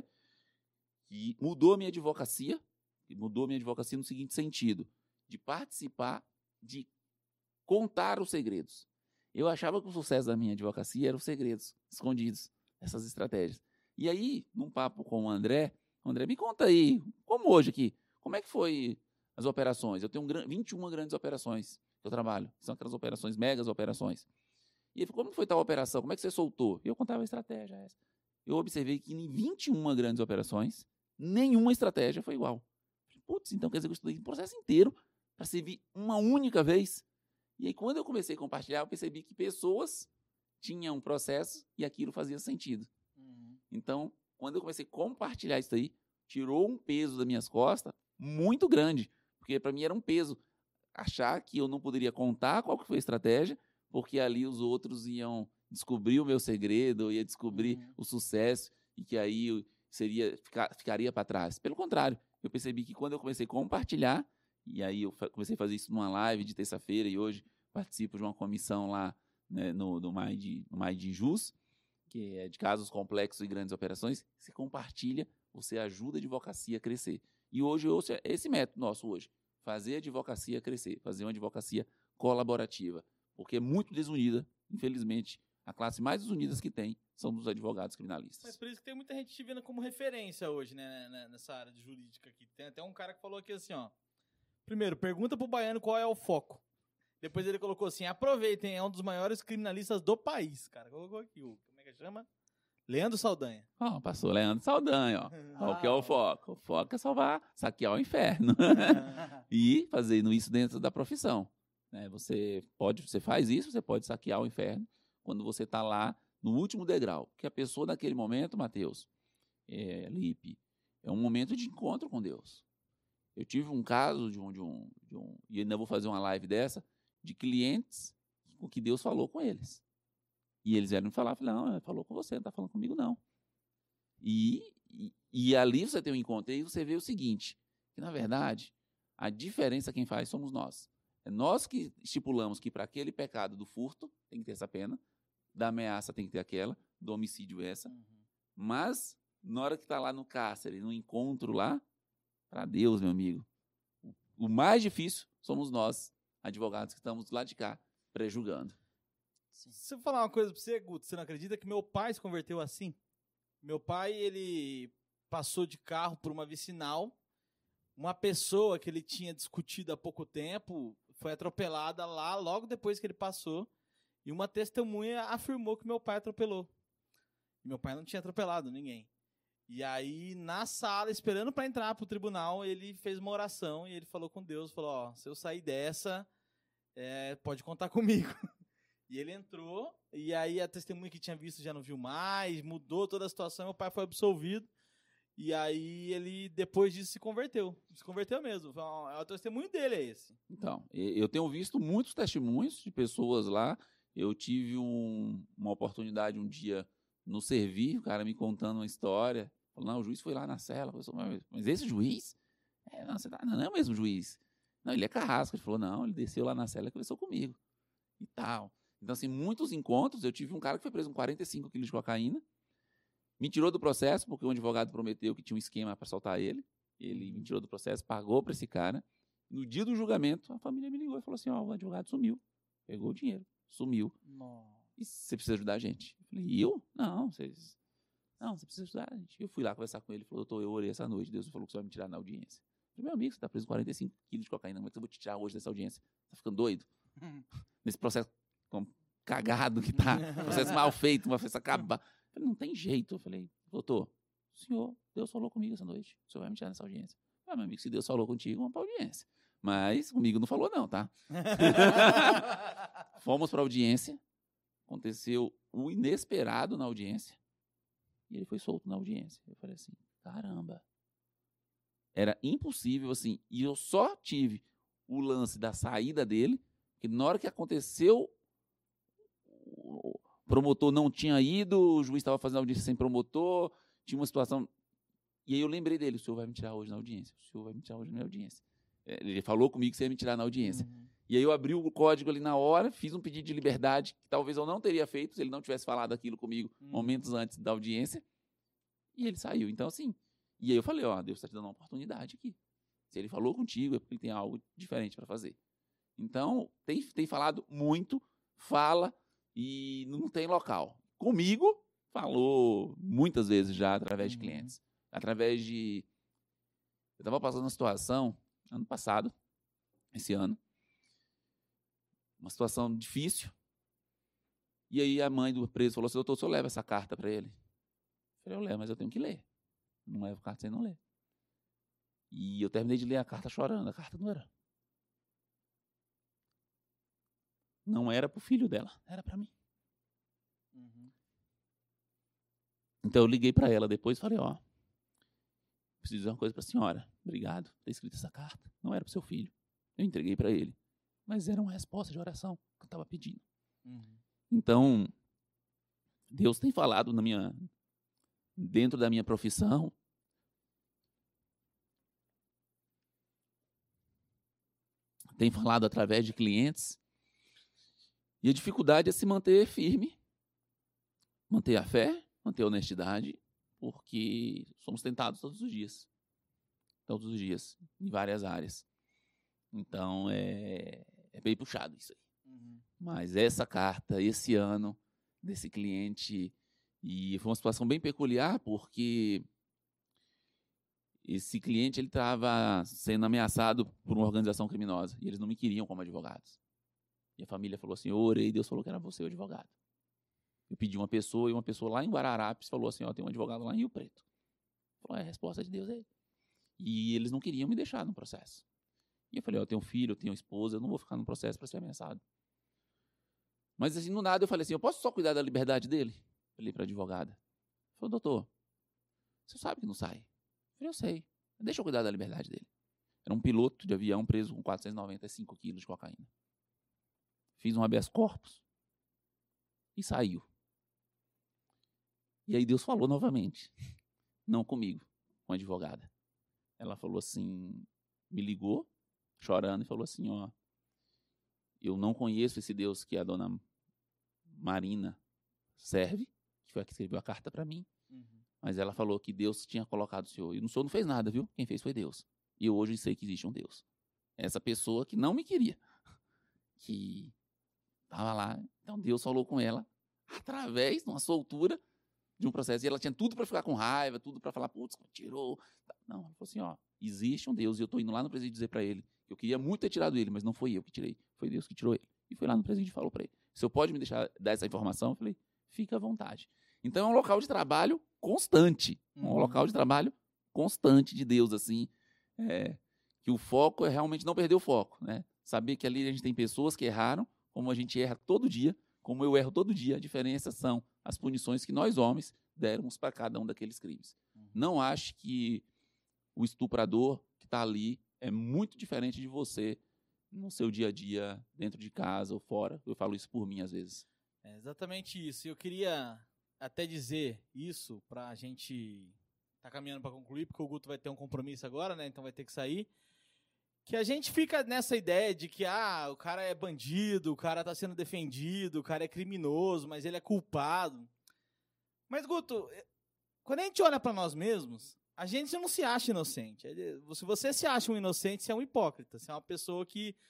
que mudou a minha advocacia, mudou a minha advocacia no seguinte sentido, de participar, de contar os segredos. Eu achava que o sucesso da minha advocacia eram os segredos escondidos, essas estratégias. E aí, num papo com o André, o André, me conta aí, como hoje aqui, como é que foi as operações? Eu tenho um, vinte e uma grandes operações que eu trabalho, são aquelas operações, megas operações. E ele falou, como foi tal operação? Como é que você soltou? E eu contava a estratégia essa. Eu observei que em vinte e uma grandes operações, nenhuma estratégia foi igual. Putz, então quer dizer que eu estudei o processo inteiro para servir uma única vez? E aí, quando eu comecei a compartilhar, eu percebi que pessoas tinham um processo e aquilo fazia sentido. Uhum. Então, quando eu comecei a compartilhar isso aí, tirou um peso das minhas costas muito grande. Porque para mim era um peso achar que eu não poderia contar qual que foi a estratégia, porque ali os outros iam descobrir o meu segredo, ia descobrir uhum. o sucesso, e que aí eu seria, ficar, ficaria para trás. Pelo contrário, eu percebi que quando eu comecei a compartilhar, e aí eu comecei a fazer isso numa live de terça-feira, e hoje participo de uma comissão lá, né, no, no MAID, no MAID Jus, que é de casos complexos e grandes operações. Você compartilha, você ajuda a advocacia a crescer. E hoje eu ouço esse método nosso hoje, fazer a advocacia crescer, fazer uma advocacia colaborativa, porque é muito desunida, infelizmente, a classe mais desunida que tem são dos advogados criminalistas. Mas por isso que tem muita gente te vendo como referência hoje, né, nessa área de jurídica aqui. Tem até um cara que falou aqui assim, ó, primeiro, pergunta pro baiano qual é o foco. Depois ele colocou assim, aproveitem, é um dos maiores criminalistas do país, cara. Colocou aqui, o, como é que chama? Leandro Saldanha. Ó, oh, passou Leandro Saldanha, ó. Qual ah, que é o foco? O foco é salvar, saquear o inferno. E fazendo isso dentro da profissão. Né? Você pode, você faz isso, você pode saquear o inferno quando você está lá no último degrau. Que a pessoa naquele momento, Matheus, é, Lipe, é um momento de encontro com Deus. Eu tive um caso de um, de um, de um, e ainda vou fazer uma live dessa, de clientes com que Deus falou com eles. E eles vieram me falar, falei, não, falou com você, não está falando comigo, não. E, e, e ali você tem um encontro, e aí você vê o seguinte, que na verdade, a diferença quem faz somos nós. É nós que estipulamos que para aquele pecado do furto tem que ter essa pena, da ameaça tem que ter aquela, do homicídio essa, uhum. Mas na hora que está lá no cárcere, no encontro lá, para Deus, meu amigo, o mais difícil somos nós, advogados que estamos lá de cá, prejulgando. Sim. Se eu falar uma coisa para você, Guto, você não acredita que meu pai se converteu assim? Meu pai, ele passou de carro por uma vicinal, uma pessoa que ele tinha discutido há pouco tempo foi atropelada lá logo depois que ele passou, e uma testemunha afirmou que meu pai atropelou. E meu pai não tinha atropelado ninguém. E aí, na sala, esperando para entrar pro tribunal, ele fez uma oração e ele falou com Deus, falou, ó, se eu sair dessa, é, pode contar comigo. E ele entrou, e aí a testemunha que tinha visto já não viu mais, mudou toda a situação, meu pai foi absolvido, e aí ele, depois disso, se converteu. Se converteu mesmo. O testemunho dele é esse. Então, eu tenho visto muitos testemunhos de pessoas lá. Eu tive um, uma oportunidade um dia no Servir, o cara me contando uma história. Falou, não, o juiz foi lá na cela. Eu falei, mas esse juiz? É, não, você tá, não é o mesmo juiz. Não, ele é carrasco. Ele falou, não, ele desceu lá na cela e conversou comigo. E tal. Então, assim, muitos encontros. Eu tive um cara que foi preso com quarenta e cinco quilos de cocaína. Me tirou do processo, porque o advogado prometeu que tinha um esquema para soltar ele. Ele me tirou do processo, pagou para esse cara. No dia do julgamento, a família me ligou e falou assim, ó, o advogado sumiu. Pegou o dinheiro, sumiu. Nossa. E você precisa ajudar a gente? Eu falei, eu? Não, vocês... Não, você precisa ajudar a gente. Eu fui lá conversar com ele, ele falou, doutor, eu orei essa noite, Deus falou que você vai me tirar na audiência. Eu falei, meu amigo, você tá preso com quarenta e cinco quilos de cocaína, como é que eu vou te tirar hoje dessa audiência? Tá ficando doido? Nesse processo cagado que tá, processo mal feito, uma festa acaba. Eu falei, não tem jeito. Eu falei, doutor, senhor, Deus falou comigo essa noite, o senhor vai me tirar nessa audiência. Ah, meu amigo, se Deus falou contigo, vamos pra audiência. Mas comigo não falou não, tá? Fomos pra audiência, aconteceu o inesperado na audiência, e ele foi solto na audiência. Eu falei assim, caramba. Era impossível, assim, e eu só tive o lance da saída dele, que na hora que aconteceu, o promotor não tinha ido, o juiz estava fazendo audiência sem promotor, tinha uma situação... E aí eu lembrei dele, o senhor vai me tirar hoje na audiência, o senhor vai me tirar hoje na audiência. Ele falou comigo que você ia me tirar na audiência. Uhum. E aí eu abri o código ali na hora, fiz um pedido de liberdade, que talvez eu não teria feito se ele não tivesse falado aquilo comigo uhum. momentos antes da audiência, e ele saiu. Então, assim, e aí eu falei, ó, Deus está te dando uma oportunidade aqui. Se ele falou contigo, é porque ele tem algo diferente para fazer. Então, tem, tem falado muito, fala, e não tem local. Comigo, falou muitas vezes já através de clientes. Através de... Eu estava passando uma situação, ano passado, esse ano, uma situação difícil, e aí a mãe do preso falou assim, doutor, o senhor leva essa carta para ele? Eu falei, eu levo, mas eu tenho que ler. Não levo carta sem não ler. E eu terminei de ler a carta chorando, a carta não era. Não era para o filho dela, era para mim. Uhum. Então eu liguei para ela depois e falei, ó, preciso dizer uma coisa para a senhora. Obrigado por ter escrito essa carta. Não era para o seu filho. Eu entreguei para ele. Mas era uma resposta de oração que eu estava pedindo. Uhum. Então, Deus tem falado na minha, dentro da minha profissão. Tem falado através de clientes. E a dificuldade é se manter firme, manter a fé, manter a honestidade, porque somos tentados todos os dias. Todos os dias, em várias áreas. Então, é, é bem puxado isso aí. Uhum. Mas essa carta, esse ano, desse cliente, e foi uma situação bem peculiar, porque esse cliente ele estava sendo ameaçado por uma organização criminosa, e eles não me queriam como advogados. E a família falou assim, eu orei, Deus falou que era você o advogado. Eu pedi uma pessoa, e uma pessoa lá em Guararapes falou assim, ó, tem um advogado lá em Rio Preto. Falou, é, a resposta de Deus é ele. E eles não queriam me deixar no processo. E eu falei, ó, eu tenho um filho, eu tenho uma esposa, eu não vou ficar no processo para ser ameaçado. Mas assim, no nada eu falei assim, eu posso só cuidar da liberdade dele? Falei para a advogada. Falei, doutor, você sabe que não sai? Eu falei, eu sei, deixa eu cuidar da liberdade dele. Era um piloto de avião preso com quatrocentos e noventa e cinco quilos de cocaína. Fiz um habeas corpus e saiu. E aí Deus falou novamente, não comigo, com a advogada. Ela falou assim, me ligou, chorando, e falou assim, ó, eu não conheço esse Deus que a dona Marina serve, que foi a que escreveu a carta para mim, uhum. Mas ela falou que Deus tinha colocado o senhor. E o senhor não fez nada, viu? Quem fez foi Deus. E eu hoje sei que existe um Deus. Essa pessoa que não me queria, que estava lá, então Deus falou com ela, através de uma soltura, de um processo, e ela tinha tudo para ficar com raiva, tudo para falar, putz, tirou. Não, ela falou assim, ó, existe um Deus, e eu estou indo lá no presídio dizer para ele, que eu queria muito ter tirado ele, mas não foi eu que tirei, foi Deus que tirou ele. E foi lá no presídio e falou para ele, o senhor pode me deixar dar essa informação? Eu falei, fica à vontade. Então é um local de trabalho constante, um uhum. local de trabalho constante de Deus, assim, é, que o foco é realmente não perder o foco, né? Saber que ali a gente tem pessoas que erraram, como a gente erra todo dia, como eu erro todo dia, a diferença são as punições que nós, homens, demos para cada um daqueles crimes. Uhum. Não ache que o estuprador que está ali é muito diferente de você no seu dia a dia, dentro de casa ou fora. Eu falo isso por mim, às vezes. É exatamente isso. Eu queria até dizer isso para a gente tá caminhando para concluir, porque o Guto vai ter um compromisso agora, né? Então vai ter que sair. Que a gente fica nessa ideia de que ah, o cara é bandido, o cara está sendo defendido, o cara é criminoso, mas ele é culpado. Mas, Guto, quando a gente olha para nós mesmos, a gente não se acha inocente. Se você se acha um inocente, você é um hipócrita. Você é uma pessoa que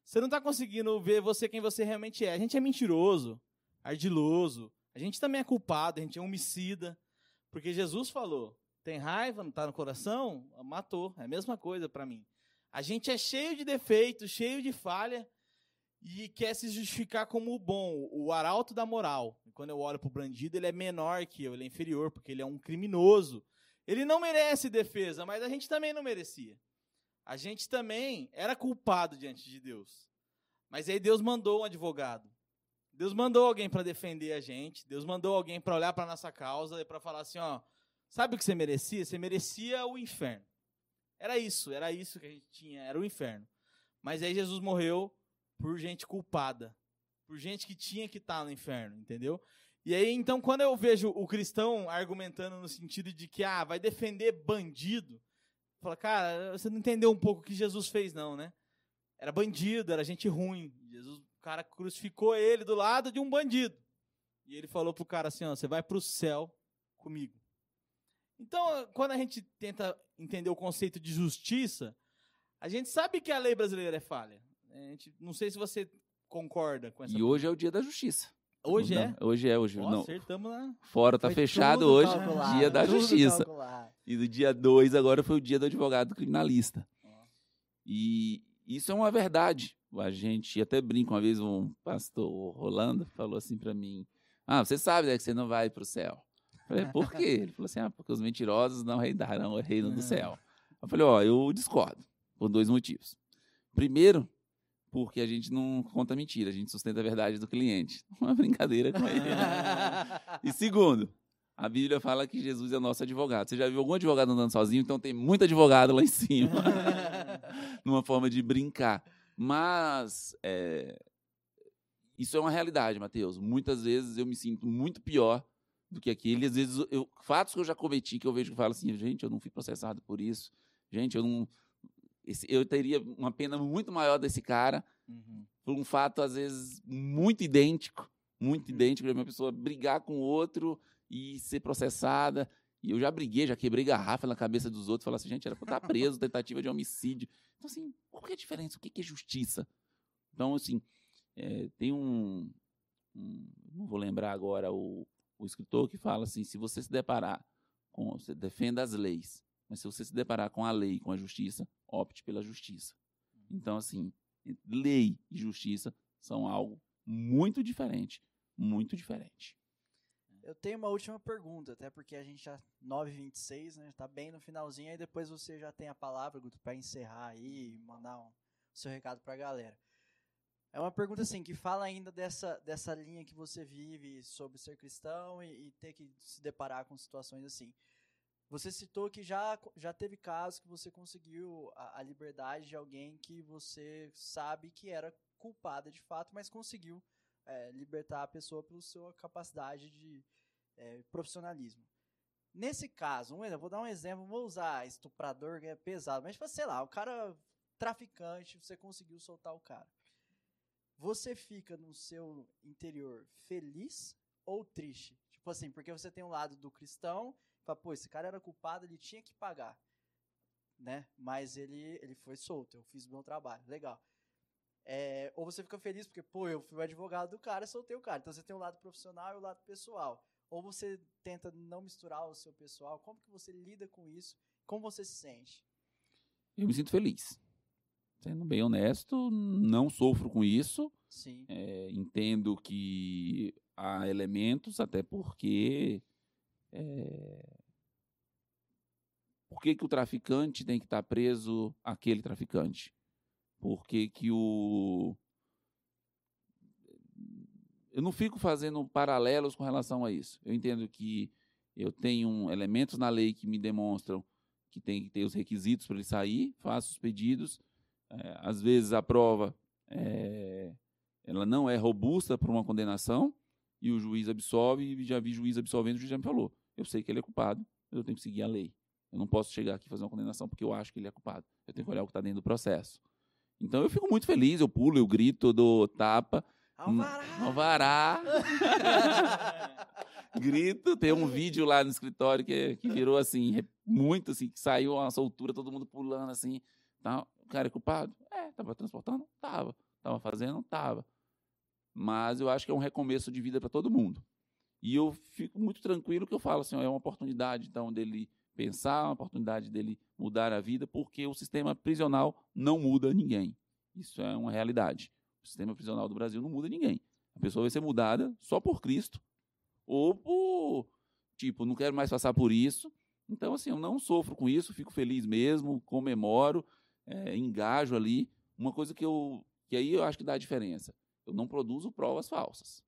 Você não está conseguindo ver você quem você realmente é. A gente é mentiroso, ardiloso, a gente também é culpado, a gente é homicida. Porque Jesus falou, tem raiva, não está no coração? Matou, é a mesma coisa para mim. A gente é cheio de defeitos, cheio de falha, e quer se justificar como o bom, o arauto da moral. E quando eu olho para o bandido, ele é menor que eu, ele é inferior, porque ele é um criminoso. Ele não merece defesa, mas a gente também não merecia. A gente também era culpado diante de Deus. Mas aí Deus mandou um advogado. Deus mandou alguém para defender a gente. Deus mandou alguém para olhar para a nossa causa e para falar assim, ó, sabe o que você merecia? Você merecia o inferno. Era isso, era isso que a gente tinha, era o inferno. Mas aí Jesus morreu por gente culpada, por gente que tinha que estar no inferno, entendeu? E aí, então, quando eu vejo o cristão argumentando no sentido de que, ah, vai defender bandido, fala, cara, você não entendeu um pouco o que Jesus fez, não, né? Era bandido, era gente ruim. Jesus, o cara crucificou ele do lado de um bandido. E ele falou pro cara assim, ó, você vai pro céu comigo. Então, quando a gente tenta entender o conceito de justiça, a gente sabe que a lei brasileira é falha. A gente, não sei se você concorda com essa E hoje é o dia da justiça. Hoje não, é? Hoje é, hoje Ó, não. acertamos na... Fora tá Foi fechado tudo hoje, calculado, dia da tudo justiça. calculado. E do dia dois agora foi o dia do advogado criminalista. E isso é uma verdade. A gente até brinca, uma vez um pastor Rolando falou assim para mim, ah, você sabe, né, que você não vai para o céu. Eu falei, por quê? Ele falou assim, ah, porque os mentirosos não reinarão o reino do céu. Eu falei, ó, eu discordo, por dois motivos. Primeiro, porque a gente não conta mentira, a gente sustenta a verdade do cliente. Uma brincadeira com ele. E segundo, a Bíblia fala que Jesus é nosso advogado. Você já viu algum advogado andando sozinho? Então tem muito advogado lá em cima. Numa forma de brincar. Mas é, isso é uma realidade, Mateus. Muitas vezes eu me sinto muito pior do que aquele. Às vezes, eu, fatos que eu já cometi, que eu vejo que falo assim, gente, eu não fui processado por isso. Gente, eu não... Esse, eu teria uma pena muito maior desse cara, uhum. por um fato, às vezes, muito idêntico, muito uhum. idêntico, de uma pessoa brigar com outro e ser processada. E eu já briguei, já quebrei garrafa na cabeça dos outros, falar assim, gente, era para estar preso, tentativa de homicídio. Então, assim, qual que é a diferença? O que é justiça? Então, assim, é, tem um, um... Não vou lembrar agora o, o escritor que fala assim, se você se deparar com... Você defenda as leis. Mas se você se deparar com a lei e com a justiça, opte pela justiça. Então, assim, lei e justiça são algo muito diferente, muito diferente. Eu tenho uma última pergunta, até porque a gente já nove e vinte e seis, né? Tá bem no finalzinho, aí depois você já tem a palavra, Guto, para encerrar aí e mandar um, o seu recado para a galera. É uma pergunta assim, que fala ainda dessa, dessa linha que você vive sobre ser cristão e, e ter que se deparar com situações assim. Você citou que já, já teve casos que você conseguiu a, a liberdade de alguém que você sabe que era culpada de fato, mas conseguiu é, libertar a pessoa pela sua capacidade de é, profissionalismo. Nesse caso, um, eu vou dar um exemplo, vou usar estuprador, que é pesado, mas sei lá, o cara traficante, você conseguiu soltar o cara. Você fica no seu interior feliz ou triste? Tipo assim, porque você tem um lado do cristão, fala, pô, esse cara era culpado, ele tinha que pagar, né? Mas ele, ele foi solto, eu fiz o meu trabalho, legal. É, ou você fica feliz porque, pô, eu fui o advogado do cara e soltei o cara. Então você tem o lado profissional e o lado pessoal. Ou você tenta não misturar o seu pessoal. Como que você lida com isso? Como você se sente? Eu me sinto feliz. Sendo bem honesto, não sofro com isso. Sim. É, entendo que há elementos, até porque... É... Por que que o traficante tem que estar preso àquele traficante? Por que que o... Eu não fico fazendo paralelos com relação a isso. Eu entendo que eu tenho elementos na lei que me demonstram que tem que ter os requisitos para ele sair, faço os pedidos. É, às vezes a prova é, ela não é robusta para uma condenação e o juiz absolve, e já vi juiz absolvendo, o juiz já me falou, eu sei que ele é culpado, eu tenho que seguir a lei. Eu não posso chegar aqui e fazer uma condenação porque eu acho que ele é culpado. Eu tenho que olhar o que está dentro do processo. Então eu fico muito feliz, eu pulo, eu grito, eu dou tapa. Alvará! Alvará! Grito, tem um vídeo lá no escritório que, que virou assim, muito assim, que saiu uma soltura, todo mundo pulando assim. Tá, o cara é culpado? É, tava transportando? Tava. Estava fazendo? Estava. Mas eu acho que é um recomeço de vida para todo mundo. E eu fico muito tranquilo que eu falo assim, ó, é uma oportunidade então dele pensar, uma oportunidade dele mudar a vida, porque o sistema prisional não muda ninguém. Isso é uma realidade. O sistema prisional do Brasil não muda ninguém. A pessoa vai ser mudada só por Cristo ou por, tipo, não quero mais passar por isso. Então, assim, eu não sofro com isso, fico feliz mesmo, comemoro, é, engajo ali. Uma coisa que eu, que aí eu acho que dá a diferença. Eu não produzo provas falsas.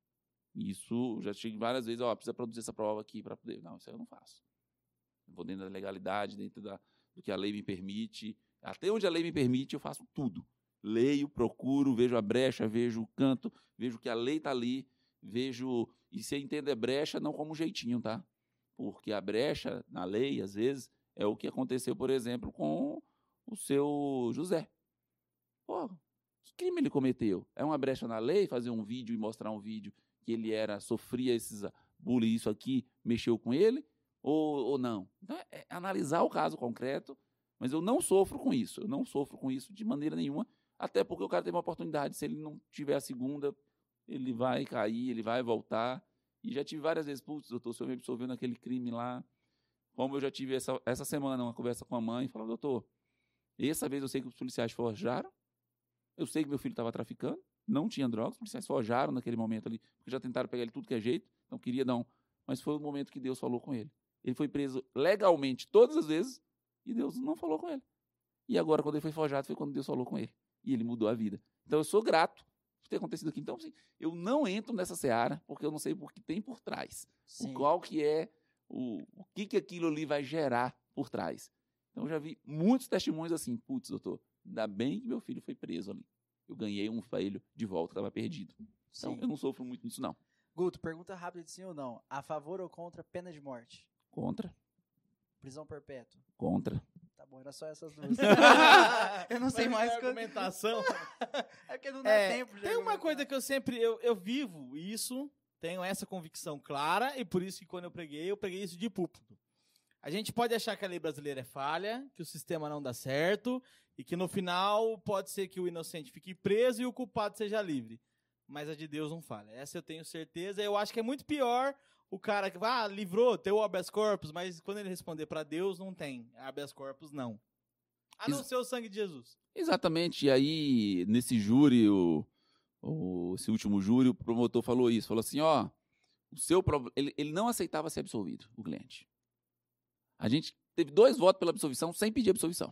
Isso, já cheguei várias vezes, ó, precisa produzir essa prova aqui para poder... Não, isso aí eu não faço. Eu vou dentro da legalidade, dentro da, do que a lei me permite. Até onde a lei me permite, eu faço tudo. Leio, procuro, vejo a brecha, vejo o canto, vejo que a lei está ali, vejo... E se eu entendo é brecha, não como um jeitinho, tá? Porque a brecha na lei, às vezes, é o que aconteceu, por exemplo, com o seu José. Pô, que crime ele cometeu? É uma brecha na lei fazer um vídeo e mostrar um vídeo que ele era, sofria esses bullying, isso aqui, mexeu com ele, ou, ou não? Então, é, é analisar o caso concreto, mas eu não sofro com isso, eu não sofro com isso de maneira nenhuma, até porque o cara tem uma oportunidade, se ele não tiver a segunda, ele vai cair, ele vai voltar, e já tive várias vezes, putz, doutor, o senhor me absolveu naquele crime lá, como eu já tive essa, essa semana uma conversa com a mãe, falando, doutor, essa vez eu sei que os policiais forjaram, eu sei que meu filho estava traficando, não tinha drogas, os policiais forjaram naquele momento ali, porque já tentaram pegar ele tudo que é jeito, não queria não, mas foi o momento que Deus falou com ele. Ele foi preso legalmente todas as vezes e Deus não falou com ele. E agora, quando ele foi forjado, foi quando Deus falou com ele. E ele mudou a vida. Então, eu sou grato por ter acontecido aqui. Então, assim, eu não entro nessa seara, porque eu não sei o que tem por trás. O qual que é, o, o que, que aquilo ali vai gerar por trás. Então, eu já vi muitos testemunhos assim, putz, doutor, ainda bem que meu filho foi preso ali. Eu ganhei um filho de volta, estava perdido. Então, sim, eu não sofro muito nisso, não. Guto, pergunta rápida de sim ou não. A favor ou contra pena de morte? Contra. Prisão perpétua? Contra. Tá bom, era só essas duas. Eu não sei mais... argumentação. É porque não dá é, tempo. De tem uma coisa que eu sempre... Eu, eu vivo isso, tenho essa convicção clara, e por isso que quando eu preguei, eu preguei isso de púlpito. A gente pode achar que a lei brasileira é falha, que o sistema não dá certo, e que no final pode ser que o inocente fique preso e o culpado seja livre. Mas a de Deus não falha. Essa eu tenho certeza. Eu acho que é muito pior o cara que, ah, livrou, tem o habeas corpus, mas quando ele responder para Deus, não tem. Habeas corpus, não. A não Ex- ser o sangue de Jesus. Exatamente. E aí, nesse júri, o, o, esse último júri, o promotor falou isso. Falou assim, ó, o seu pro... ele, ele não aceitava ser absolvido, o cliente. A gente teve dois votos pela absolvição sem pedir absolvição.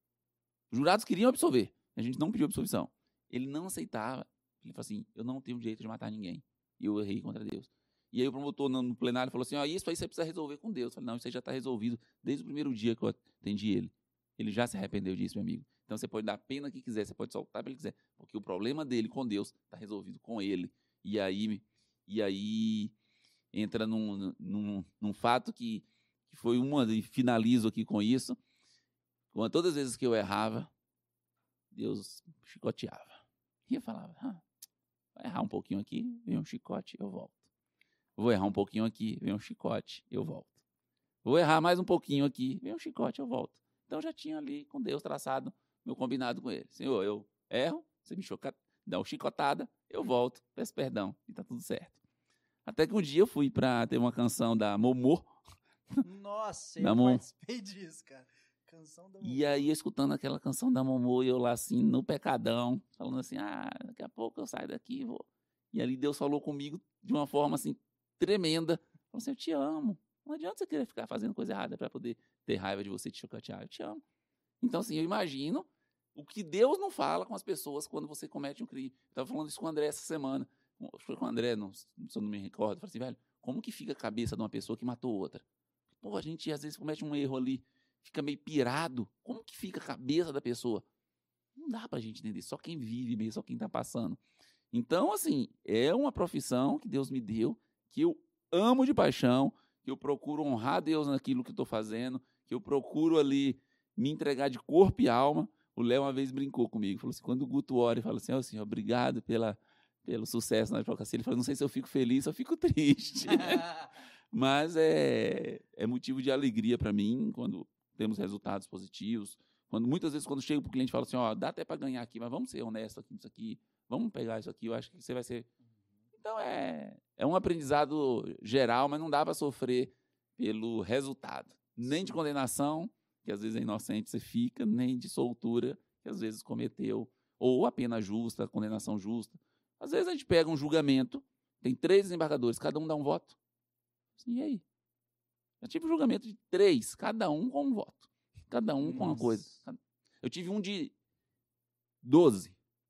Os jurados queriam absolver. A gente não pediu absolvição. Ele não aceitava. Ele falou assim, eu não tenho direito de matar ninguém. E eu errei contra Deus. E aí o promotor no plenário falou assim, ó, isso aí você precisa resolver com Deus. Eu falei, não, isso aí já está resolvido desde o primeiro dia que eu atendi ele. Ele já se arrependeu disso, meu amigo. Então você pode dar a pena que quiser, você pode soltar para ele quiser. Porque o problema dele com Deus está resolvido com ele. E aí, e aí entra num, num, num fato que, que foi uma, e finalizo aqui com isso. Quando, todas as vezes que eu errava, Deus chicoteava. E eu falava, ah, vou errar um pouquinho aqui, vem um chicote, eu volto. Vou errar um pouquinho aqui, vem um chicote, eu volto. Vou errar mais um pouquinho aqui, vem um chicote, eu volto. Então já tinha ali com Deus traçado meu combinado com ele. Senhor, eu erro, você me choca, dá uma chicotada, eu volto, peço perdão e tá tudo certo. Até que um dia eu fui pra ter uma canção da Momô. Nossa, da eu Mom... participei disso, cara. Canção da Momô. E aí, escutando aquela canção da Momô, eu lá assim, no pecadão, falando assim, ah, daqui a pouco eu saio daqui e vou. E ali Deus falou comigo de uma forma assim, tremenda. Falou assim, eu te amo. Não adianta você querer ficar fazendo coisa errada para poder ter raiva de você, te chocatear. Eu te amo. Então, assim, eu imagino o que Deus não fala com as pessoas quando você comete um crime. Eu estava falando isso com o André essa semana. Acho que foi com o André, não, se eu não me recordo. Eu falei assim, velho, como que fica a cabeça de uma pessoa que matou outra? Pô, a gente às vezes comete um erro ali, fica meio pirado. Como que fica a cabeça da pessoa? Não dá pra gente entender. Só quem vive mesmo, só quem tá passando. Então, assim, é uma profissão que Deus me deu, que eu amo de paixão, que eu procuro honrar Deus naquilo que eu estou fazendo, que eu procuro ali me entregar de corpo e alma. O Léo uma vez brincou comigo, falou assim, quando o Guto ora e fala assim, ó, oh, senhor, obrigado pela, pelo sucesso na advocacia, ele falou, não sei se eu fico feliz ou fico triste. Mas é, é motivo de alegria para mim quando temos resultados positivos, Quando, muitas vezes, quando chega pro cliente e fala assim, ó, dá até para ganhar aqui, mas vamos ser honesto aqui nisso aqui, vamos pegar isso aqui, eu acho que você vai ser... Então, é, é um aprendizado geral, mas não dá para sofrer pelo resultado. Nem de condenação, que às vezes é inocente, você fica, nem de soltura, que às vezes cometeu, ou a pena justa, a condenação justa. Às vezes a gente pega um julgamento, tem três desembargadores, cada um dá um voto. E aí? Eu tive um julgamento de três, cada um com um voto. Cada um com uma coisa. Eu tive um de doze.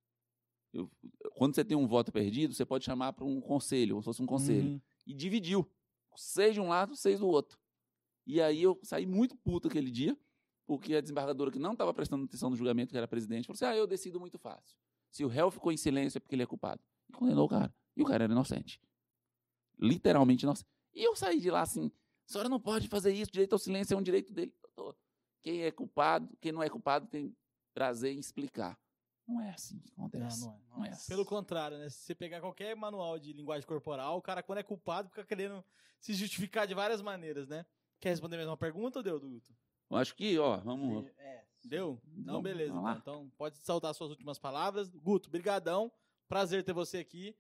Eu, quando você tem um voto perdido, você pode chamar para um conselho, como se fosse um conselho. Uhum. E dividiu. Seis de um lado, seis do outro. E aí eu saí muito puto aquele dia, porque a desembargadora que não estava prestando atenção no julgamento, que era a presidente, falou assim, ah, eu decido muito fácil. Se o réu ficou em silêncio é porque ele é culpado. E condenou o cara. E o cara era inocente. Literalmente inocente. E eu saí de lá assim, a senhora não pode fazer isso, direito ao silêncio é um direito dele. Quem é culpado, quem não é culpado tem prazer em explicar. Não é assim que acontece. Não, não é. Não é assim. Pelo contrário, né? Se você pegar qualquer manual de linguagem corporal, o cara, quando é culpado, fica querendo se justificar de várias maneiras, né? Quer responder a mesma pergunta ou deu, Duto? Eu acho que, ó, vamos... É. Deu? Não, beleza. Então. então, pode soltar suas últimas palavras. Guto, brigadão. Prazer ter você aqui.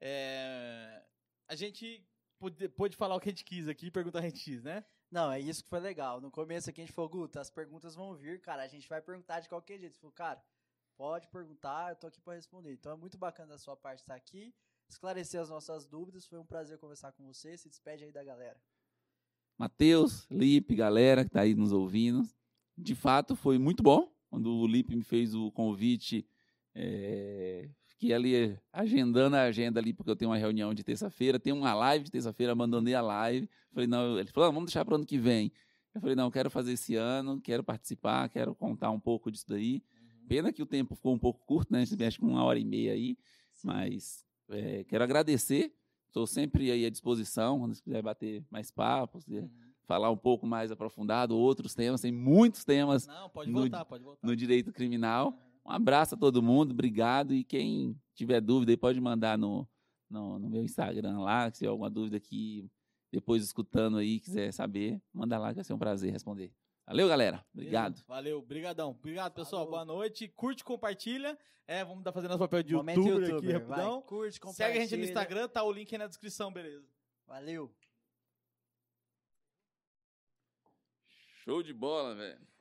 É... A gente pôde, pôde falar o que a gente quis aqui, perguntar a gente quis, né? Não, é isso que foi legal. No começo aqui a gente falou, Guto, as perguntas vão vir, cara, a gente vai perguntar de qualquer jeito. Você falou, cara, pode perguntar, eu tô aqui para responder. Então é muito bacana da sua parte estar aqui, esclarecer as nossas dúvidas. Foi um prazer conversar com você. Se despede aí da galera. Matheus, Lipe, galera que tá aí nos ouvindo. De fato, foi muito bom. Quando o Lipe me fez o convite, é... fiquei ali agendando a agenda ali, porque eu tenho uma reunião de terça-feira, tem uma live de terça-feira, abandonei a live. Falei, não, ele falou, ah, vamos deixar para o ano que vem. Eu falei, não, quero fazer esse ano, quero participar, quero contar um pouco disso daí. Uhum. Pena que o tempo ficou um pouco curto, né? A gente mexe com uma hora e meia aí, sim, mas é, quero agradecer. Estou sempre aí à disposição, quando você quiser bater mais papo, se quiser uhum. falar um pouco mais aprofundado, outros temas, tem muitos temas não, pode no, voltar, pode voltar. no direito criminal. Uhum. Um abraço a todo mundo, obrigado, e quem tiver dúvida aí pode mandar no, no, no meu Instagram lá, se tiver alguma dúvida que depois escutando aí, quiser saber, manda lá que vai ser um prazer responder. Valeu, galera. Obrigado. Valeu, brigadão. Obrigado, pessoal. Falou. Boa noite. Curte, compartilha. É, vamos estar fazendo nosso papel de Momento youtuber, YouTuber aqui, rapidão. Vai, curte, compartilha. Segue a gente no Instagram, tá o link aí na descrição, beleza? Valeu. Show de bola, velho.